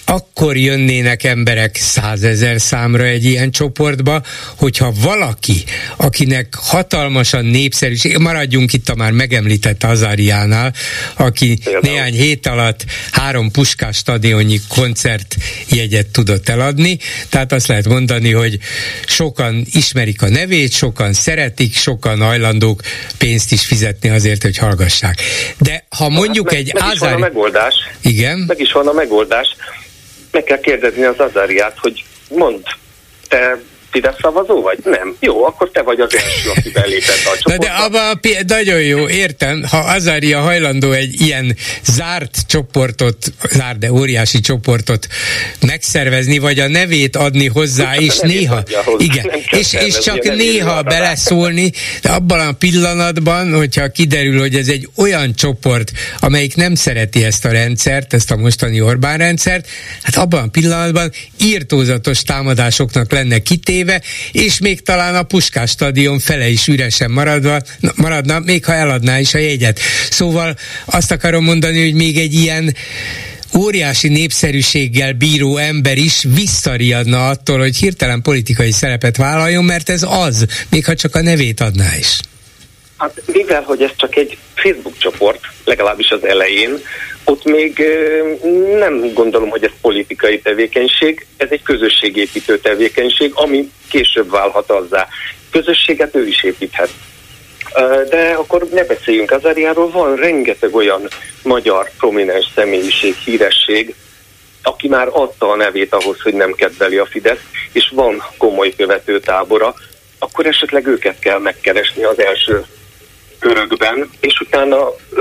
akkor jönnének emberek 100 000 számra egy ilyen csoportba, hogyha valaki, akinek hatalmasan népszerűség, maradjunk itt a már megemlített Azariánál, aki néhány hét alatt 3 Puskás stadionnyi koncertjegyet tudott eladni, tehát azt lehet mondani, hogy sokan ismerik a nevét, sokan szeretik, sokan hajlandók pénzt is fizetni azért, hogy hallgassák. De ha mondjuk egy Meg is van a megoldás. Igen? Meg is van a megoldás. Meg kell kérdezni az Azariát, hogy mondd, te Fidesz szavazó vagy? Nem. Jó, akkor te vagy az első, aki belépett a csoportba. De abban nagyon jó, értem, ha Azaria hajlandó egy ilyen zárt csoportot, zárt, de óriási csoportot megszervezni, vagy a nevét adni hozzá, és néha, igen, és csak néha beleszólni, de abban a pillanatban, hogyha kiderül, hogy ez egy olyan csoport, amelyik nem szereti ezt a rendszert, ezt a mostani Orbán rendszert, hát abban a pillanatban irtózatos támadásoknak lenne kitéve, és még talán a Puskás stadion fele is üresen maradna, még ha eladná is a jegyet. Szóval azt akarom mondani, hogy még egy ilyen óriási népszerűséggel bíró ember is visszariadna attól, hogy hirtelen politikai szerepet vállaljon, mert ez az, még ha csak a nevét adná is. Hát mivel, hogy ez csak egy Facebook csoport, legalábbis az elején, ott még nem gondolom, hogy ez politikai tevékenység, ez egy közösségépítő tevékenység, ami később válhat azzá. Közösséget ő is építhet. De akkor ne beszéljünk Azariáról, van rengeteg olyan magyar prominens személyiség, híresség, aki már adta a nevét ahhoz, hogy nem kedveli a Fidesz, és van komoly követőtábora, akkor esetleg őket kell megkeresni az első körökben, és utána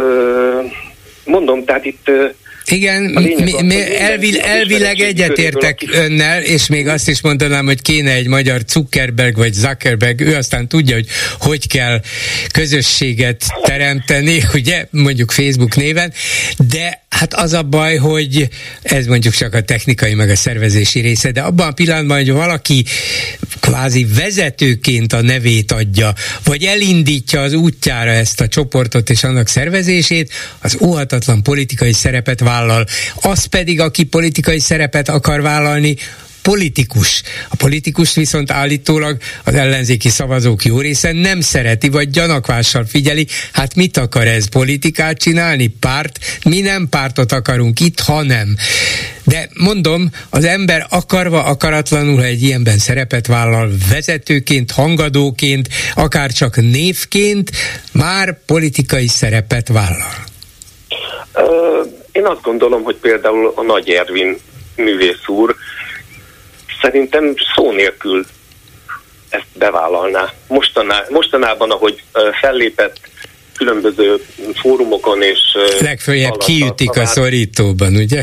mondom, tehát itt igen, elvileg egyetértek önnel, és még azt is mondanám, hogy kéne egy magyar Zuckerberg vagy Zuckerberg, ő aztán tudja, hogy kell közösséget teremteni, ugye, mondjuk Facebook néven, de hát az a baj, hogy ez mondjuk csak a technikai meg a szervezési része, de abban a pillanatban, hogy valaki kvázi vezetőként a nevét adja, vagy elindítja az útjára ezt a csoportot és annak szervezését, az óhatatlan politikai szerepet vállal. Az pedig, aki politikai szerepet akar vállalni, politikus. A politikust viszont állítólag az ellenzéki szavazók jó része nem szereti, vagy gyanakvással figyeli. Hát mit akar ez? Politikát csinálni? Párt? Mi nem pártot akarunk itt, hanem. De mondom, az ember akarva, akaratlanul, ha egy ilyenben szerepet vállal, vezetőként, hangadóként, akár csak névként, már politikai szerepet vállal. Én azt gondolom, hogy például a Nagy Ervin művész úr szerintem szó nélkül ezt bevállalná. Mostanában, ahogy fellépett különböző fórumokon és... Legföljebb kiütik a szorítóban, ugye?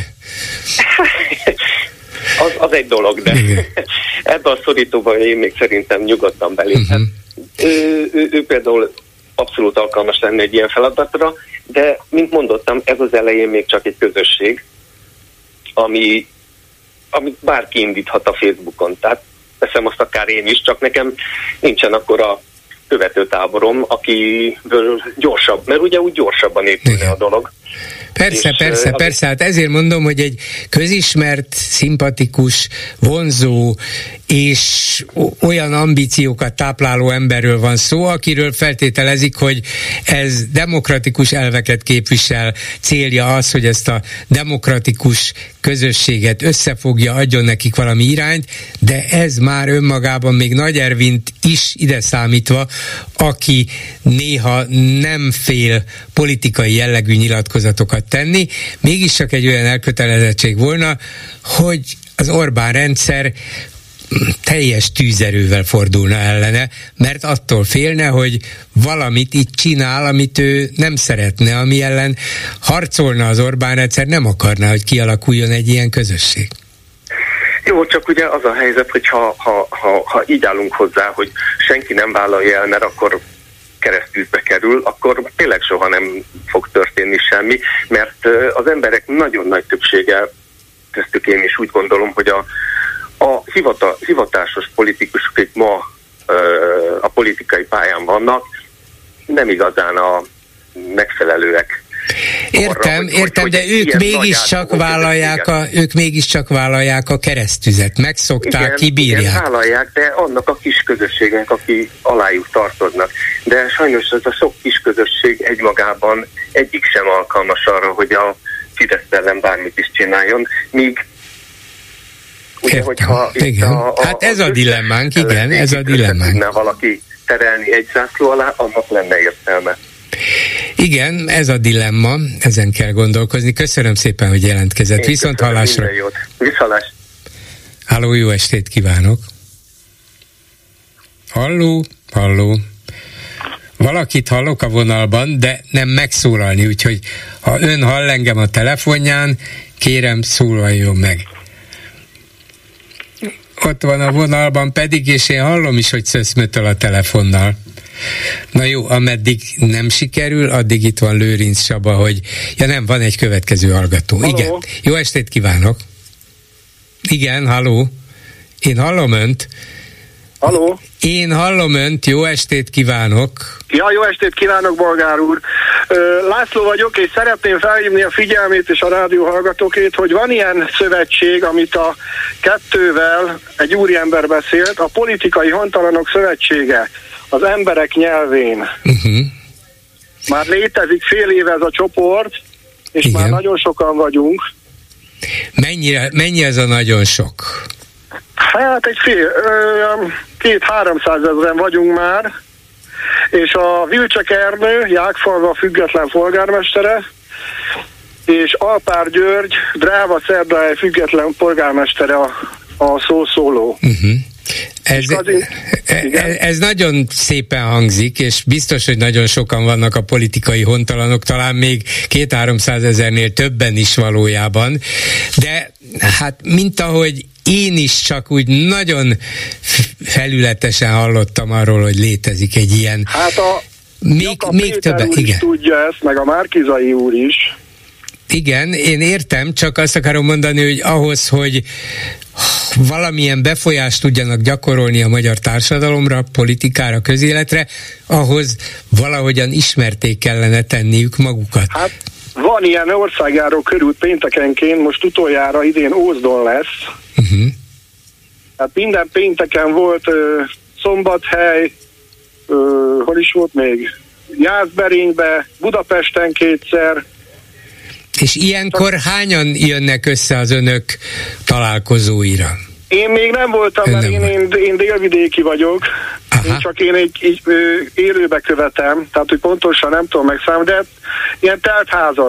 az egy dolog, de ebben a szorítóban én még szerintem nyugodtan beléphet. Ő például abszolút alkalmas lenne egy ilyen feladatra, de, mint mondottam, ez az elején még csak egy közösség, amit bárki indíthat a Facebookon. Tehát teszem azt akár én is, csak nekem nincsen akkor a követőtáborom, akiből gyorsabb, mert ugye úgy gyorsabban épülne a dolog. Persze, hát ezért mondom, hogy egy közismert, szimpatikus, vonzó és olyan ambíciókat tápláló emberről van szó, akiről feltételezik, hogy ez demokratikus elveket képvisel, célja az, hogy ezt a demokratikus közösséget összefogja, adjon nekik valami irányt, de ez már önmagában még Nagy Ervint is ide számítva, aki néha nem fél politikai jellegű nyilatkozatokat tenni, mégis csak egy olyan elkötelezettség volna, hogy az Orbán rendszer teljes tűzerővel fordulna ellene, mert attól félne, hogy valamit itt csinál, amit ő nem szeretne, ami ellen harcolna az Orbán rendszer, nem akarná, hogy kialakuljon egy ilyen közösség. Jó, csak ugye az a helyzet, hogy ha így állunk hozzá, hogy senki nem vállalja el, mert akkor keresztűzbe kerül, akkor tényleg soha nem fog történni semmi, mert az emberek nagyon nagy többsége, köztük én is úgy gondolom, hogy a hivatásos politikusok, akik ma a politikai pályán vannak, nem igazán a megfelelőek. Értem, de ők mégiscsak vállalják a keresztüzet, megszokták, igen, kibírják. Igen, vállalják, de annak a kis közösségnek, aki alájuk tartoznak. De sajnos ez a sok kis közösség egymagában egyik sem alkalmas arra, hogy a Fidesz ellen bármit is csináljon, míg ugye, hogyha hát ez a dilemmánk, igen, ez a dilemmánk. Valaki terelni egy zászló alá, annak lenne értelme. Igen, ez a dilemma, ezen kell gondolkozni. Köszönöm szépen, hogy jelentkezett. Viszont hallásra. Viszontlátásra. Halló, jó estét kívánok. Halló. Valakit hallok a vonalban, de nem megszólalni, úgyhogy ha ön hall engem a telefonján, kérem, szólaljon meg. Ott van a vonalban pedig, és én hallom is, hogy szöszmötöl a telefonnal. Na jó, ameddig nem sikerül, addig itt van Lőrinc Csaba, hogy van egy következő hallgató. Halló. Igen, jó estét kívánok. Igen, halló. Én hallom önt. Halló. Én hallom önt, jó estét kívánok. Ja, jó estét kívánok, bolgár úr. László vagyok, és szeretném felhívni a figyelmét és a rádió hallgatókét, hogy van ilyen szövetség, amit a 2-vel egy úriember beszélt, a Politikai Hontalanok Szövetsége, az emberek nyelvén. Már létezik fél éve ez a csoport, és igen, már nagyon sokan vagyunk. Mennyi ez a nagyon sok? Hát 200-300 ezeren vagyunk már, és a Vilcsek Ernő, Jákfalva független polgármestere, és Alpár György, Dráva Szerdahely független polgármestere a szószóló. Ez nagyon szépen hangzik, és biztos, hogy nagyon sokan vannak a politikai hontalanok, talán még 200-300 ezernél többen is valójában, de hát mint ahogy én is csak úgy nagyon felületesen hallottam arról, hogy létezik egy ilyen. Hát a még többen, úr is tudja ezt, meg a Márki-Zay úr is. Igen, én értem, csak azt akarom mondani, hogy ahhoz, hogy valamilyen befolyást tudjanak gyakorolni a magyar társadalomra, politikára, közéletre, ahhoz valahogyan ismerték kellene tenniük magukat. Hát van ilyen országjáró körül péntekenként, most utoljára idén Ózdon lesz. Hát minden pénteken volt Szombathely, hol is volt még? Jászberénybe, Budapesten 2-szer. És ilyenkor hányan jönnek össze az önök találkozóira? Én még nem voltam, mert én délvidéki vagyok. Én egy élőbe követem, tehát hogy pontosan nem tudom megszámolni, de ilyen teltházas.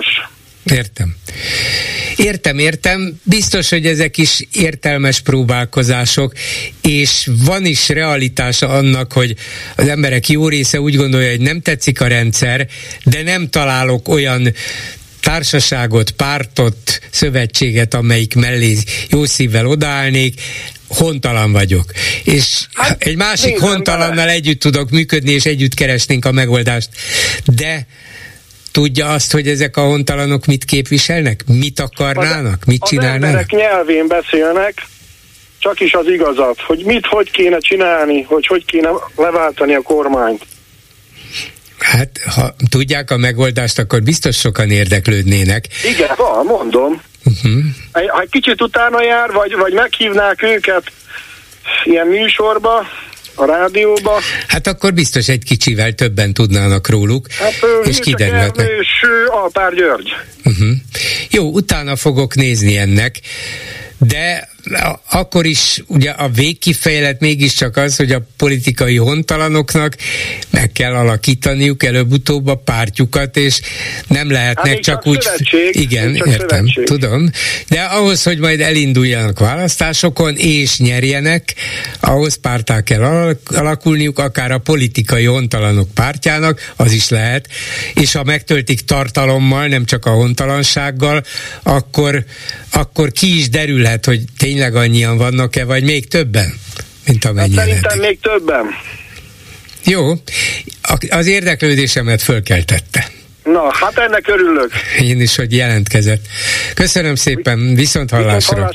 Értem. Biztos, hogy ezek is értelmes próbálkozások, és van is realitása annak, hogy az emberek jó része úgy gondolja, hogy nem tetszik a rendszer, de nem találok olyan társaságot, pártot, szövetséget, amelyik mellé jó szívvel odaállnék, hontalan vagyok. És egy másik hontalannal együtt tudok működni, és együtt keresnénk a megoldást. De tudja azt, hogy ezek a hontalanok mit képviselnek? Mit akarnának? Mit csinálnának? Az emberek nyelvén beszélnek, csak is az igazat, hogy hogy kéne csinálni, hogy kéne leváltani a kormányt. Hát, ha tudják a megoldást, akkor biztos sokan érdeklődnének. Igen, mondom. Ha egy kicsit utána jár, vagy meghívnák őket ilyen műsorba, a rádióba. Hát akkor biztos egy kicsivel többen tudnának róluk, hát, és kiderülhetnek. És Alpár György. Jó, utána fogok nézni ennek, de akkor is ugye a végkifejlet mégiscsak az, hogy a politikai hontalanoknak meg kell alakítaniuk előbb-utóbb a pártjukat, és nem lehetnek csak úgy... Igen, értem, tudom. De ahhoz, hogy majd elinduljanak választásokon, és nyerjenek, ahhoz párttá kell alakulniuk, akár a politikai hontalanok pártjának, az is lehet, és ha megtöltik tartalommal, nem csak a hontalansággal, akkor ki is derülhet, hogy tényleg annyian vannak-e, vagy még többen, mint amennyien. Szerintem még többen. Jó, az érdeklődésemet fölkeltette. Na, hát ennek örülök. Én is, hogy jelentkezett. Köszönöm szépen, viszont hallásra.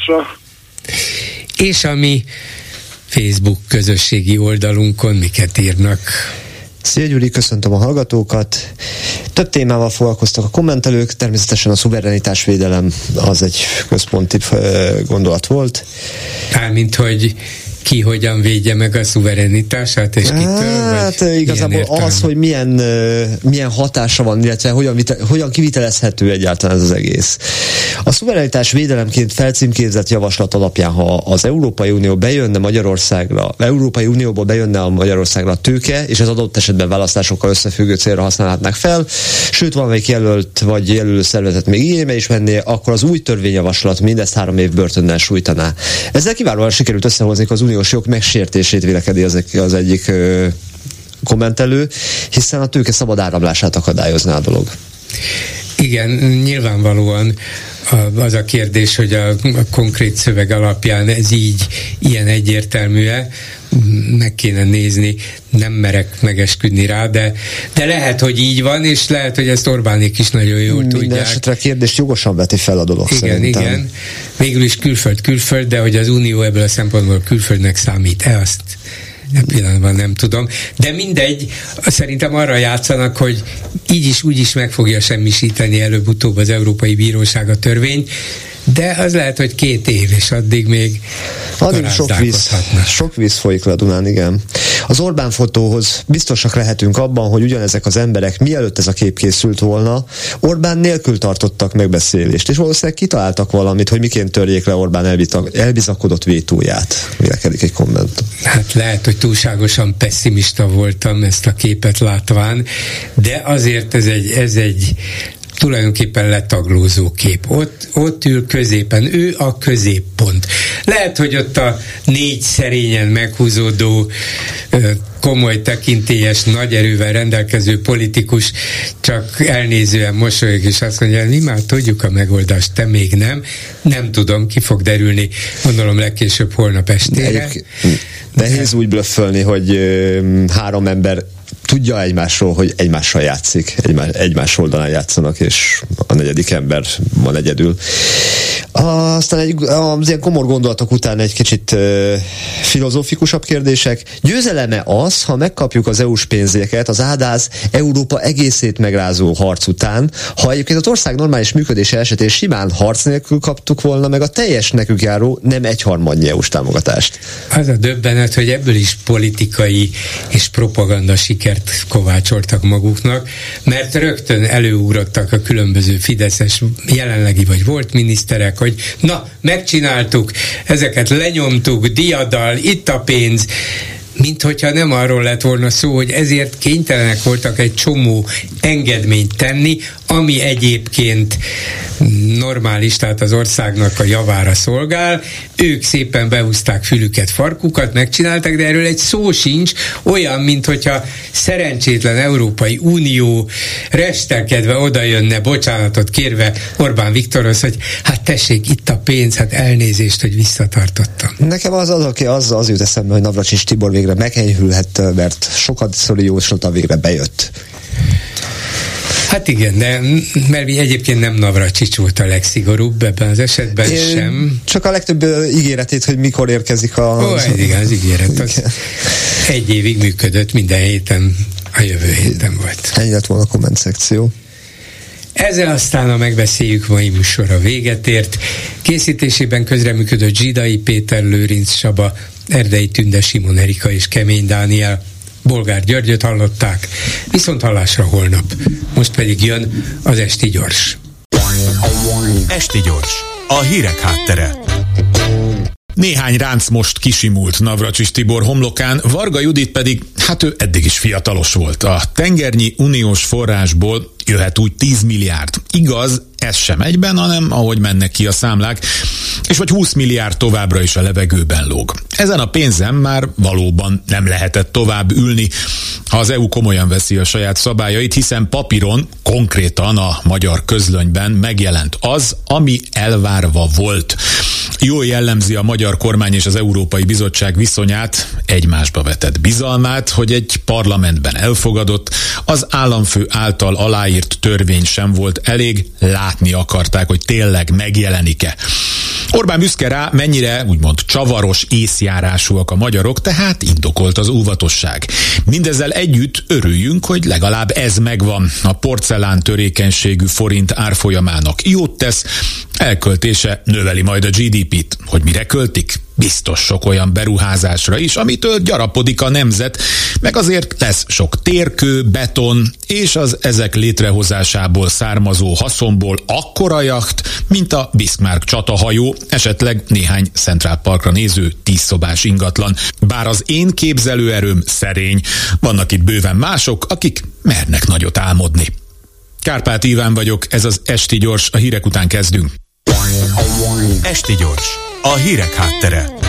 És a mi Facebook közösségi oldalunkon miket írnak. Szia Gyuri, köszöntöm a hallgatókat. Több témával foglalkoztak a kommentelők, természetesen a szuverenitásvédelem az egy központi gondolat volt. Mármint, hogy ki hogyan védje meg a szuverenitását, és kitől? Hát igazából az, hogy milyen hatása van, illetve hogyan kivitelezhető egyáltalán ez az egész. A szuverenitás védelemként felcímkézett javaslat alapján, ha az Európai Unió bejönne Magyarországra, Európai Unióból bejönne a Magyarországra a tőke, és az adott esetben választásokkal összefüggő célra használhatnák fel, sőt valamelyik jelölt vagy jelölő szervezet még igénybe is venné, akkor az új törvényjavaslat mindezt 3 év börtönnel sújtaná. Ezzel kiválóan sikerült összehozni az uniós jog megsértését, vélekedni az egyik kommentelő, hiszen a tőke szabad áramlását akadályozná a dolog. Igen, nyilvánvalóan az a kérdés, hogy a konkrét szöveg alapján ez ilyen egyértelmű-e, meg kéne nézni, nem merek megesküdni rá, de lehet, hogy így van, és lehet, hogy ezt Orbánék is nagyon jól tudják. Minden esetre a kérdést jogosan veti fel a dolog, szerintem. Igen. Végül is külföld, de hogy az Unió ebből a szempontból külföldnek számít-e, azt pillanatban nem tudom. De mindegy, szerintem arra játszanak, hogy így is úgy is meg fogja semmisíteni előbb-utóbb az Európai Bíróság a törvényt, de az lehet, hogy 2 év, és addig még sok víz folyik le a Dunán, igen. Az Orbán fotóhoz biztosak lehetünk abban, hogy ugyanezek az emberek, mielőtt ez a kép készült volna, Orbán nélkül tartottak megbeszélést, és valószínűleg kitaláltak valamit, hogy miként törjék le Orbán elbizakodott vétóját. Vélekedik egy komment. Hát lehet, hogy túlságosan pesszimista voltam ezt a képet látván, de azért ez egy tulajdonképpen letaglózó kép. Ott ül középen, ő a középpont. Lehet, hogy ott a 4 szerényen meghúzódó, komoly tekintélyes, nagy erővel rendelkező politikus csak elnézően mosolyog, és azt mondja, mi már tudjuk a megoldást, te még nem. Nem tudom, ki fog derülni, gondolom legkésőbb holnap estére. Nehéz úgy blöffölni, hogy 3 ember tudja egymásról, hogy egymással játszik, egymás oldalán játszanak, és a 4. ember van egyedül. Aztán az ilyen komor gondolatok után egy kicsit filozófikusabb kérdések. Győzeleme az, ha megkapjuk az EU-s pénzeket az ádáz Európa egészét megrázó harc után, ha egyébként az ország normális működése esetén simán harc nélkül kaptuk volna meg a teljes nekünk járó nem 1/3 EU-s támogatást. Az a döbbenet, hogy ebből is politikai és propaganda sikert kovácsoltak maguknak, mert rögtön előugrottak a különböző fideszes jelenlegi vagy volt miniszterek, hogy na, megcsináltuk, ezeket lenyomtuk, diadal, itt a pénz, mint hogyha nem arról lett volna szó, hogy ezért kénytelenek voltak egy csomó engedményt tenni, ami egyébként normális, tehát az országnak a javára szolgál. Ők szépen behúzták fülüket, farkukat, megcsináltak, de erről egy szó sincs, olyan, mint hogyha szerencsétlen Európai Unió restelkedve oda jönne, bocsánatot kérve Orbán Viktorhoz, hogy hát tessék, itt a pénz, hát elnézést, hogy visszatartottam. Nekem az jut eszembe, hogy Navracsics Tibor végre megenyhülhet, mert sokat szori jóslata végre bejött. Hát igen, de mert egyébként nem Navracsics volt a legszigorúbb ebben az esetben sem. Csak a legtöbb ígéretét, hogy mikor érkezik igen, az ígéret az 1 évig működött, minden héten, a jövő héten volt. Ennyi lett volna a komment szekció. Ezzel aztán a megbeszéljük mai műsora véget ért. Készítésében közreműködött Zsidai Péter, Lőrinc Saba, Erdei Tünde, Simon Erika és Kemény Dániel. Bolgár Györgyöt hallották, viszont hallásra holnap. Most pedig jön az Esti Gyors. Esti Gyors, a hírek háttere. Néhány ránc most kisimult Navracsics Tibor homlokán, Varga Judit pedig, hát ő eddig is fiatalos volt. A tengernyi uniós forrásból jöhet úgy 10 milliárd. Igaz, ez sem egyben, hanem ahogy mennek ki a számlák, és vagy 20 milliárd továbbra is a levegőben lóg. Ezen a pénzen már valóban nem lehetett tovább ülni, ha az EU komolyan veszi a saját szabályait, hiszen papíron, konkrétan a magyar közlönyben megjelent az, ami elvárva volt. Jól jellemzi a magyar kormány és az Európai Bizottság viszonyát, egymásba vetett bizalmát, hogy egy parlamentben elfogadott, az államfő által aláírt törvény sem volt elég, látni akarták, hogy tényleg megjelenik-e. Orbán büszke rá, mennyire úgymond csavaros észjárásúak a magyarok, tehát indokolt az óvatosság. Mindezzel együtt örüljünk, hogy legalább ez megvan. A porcelán törékenységű forint árfolyamának jót tesz, elköltése növeli majd a GDP-t. Hogy mire költik? Biztos sok olyan beruházásra is, amitől gyarapodik a nemzet, meg azért lesz sok térkő, beton és az ezek létrehozásából származó haszonból akkora jacht, mint a Bismarck csatahajó, esetleg néhány Central Parkra néző 10 szobás ingatlan. Bár az én képzelőerőm szerény, vannak itt bőven mások, akik mernek nagyot álmodni. Kárpát Iván vagyok, ez az Esti Gyors, a hírek után kezdünk. Esti Gyors, a hírek háttere.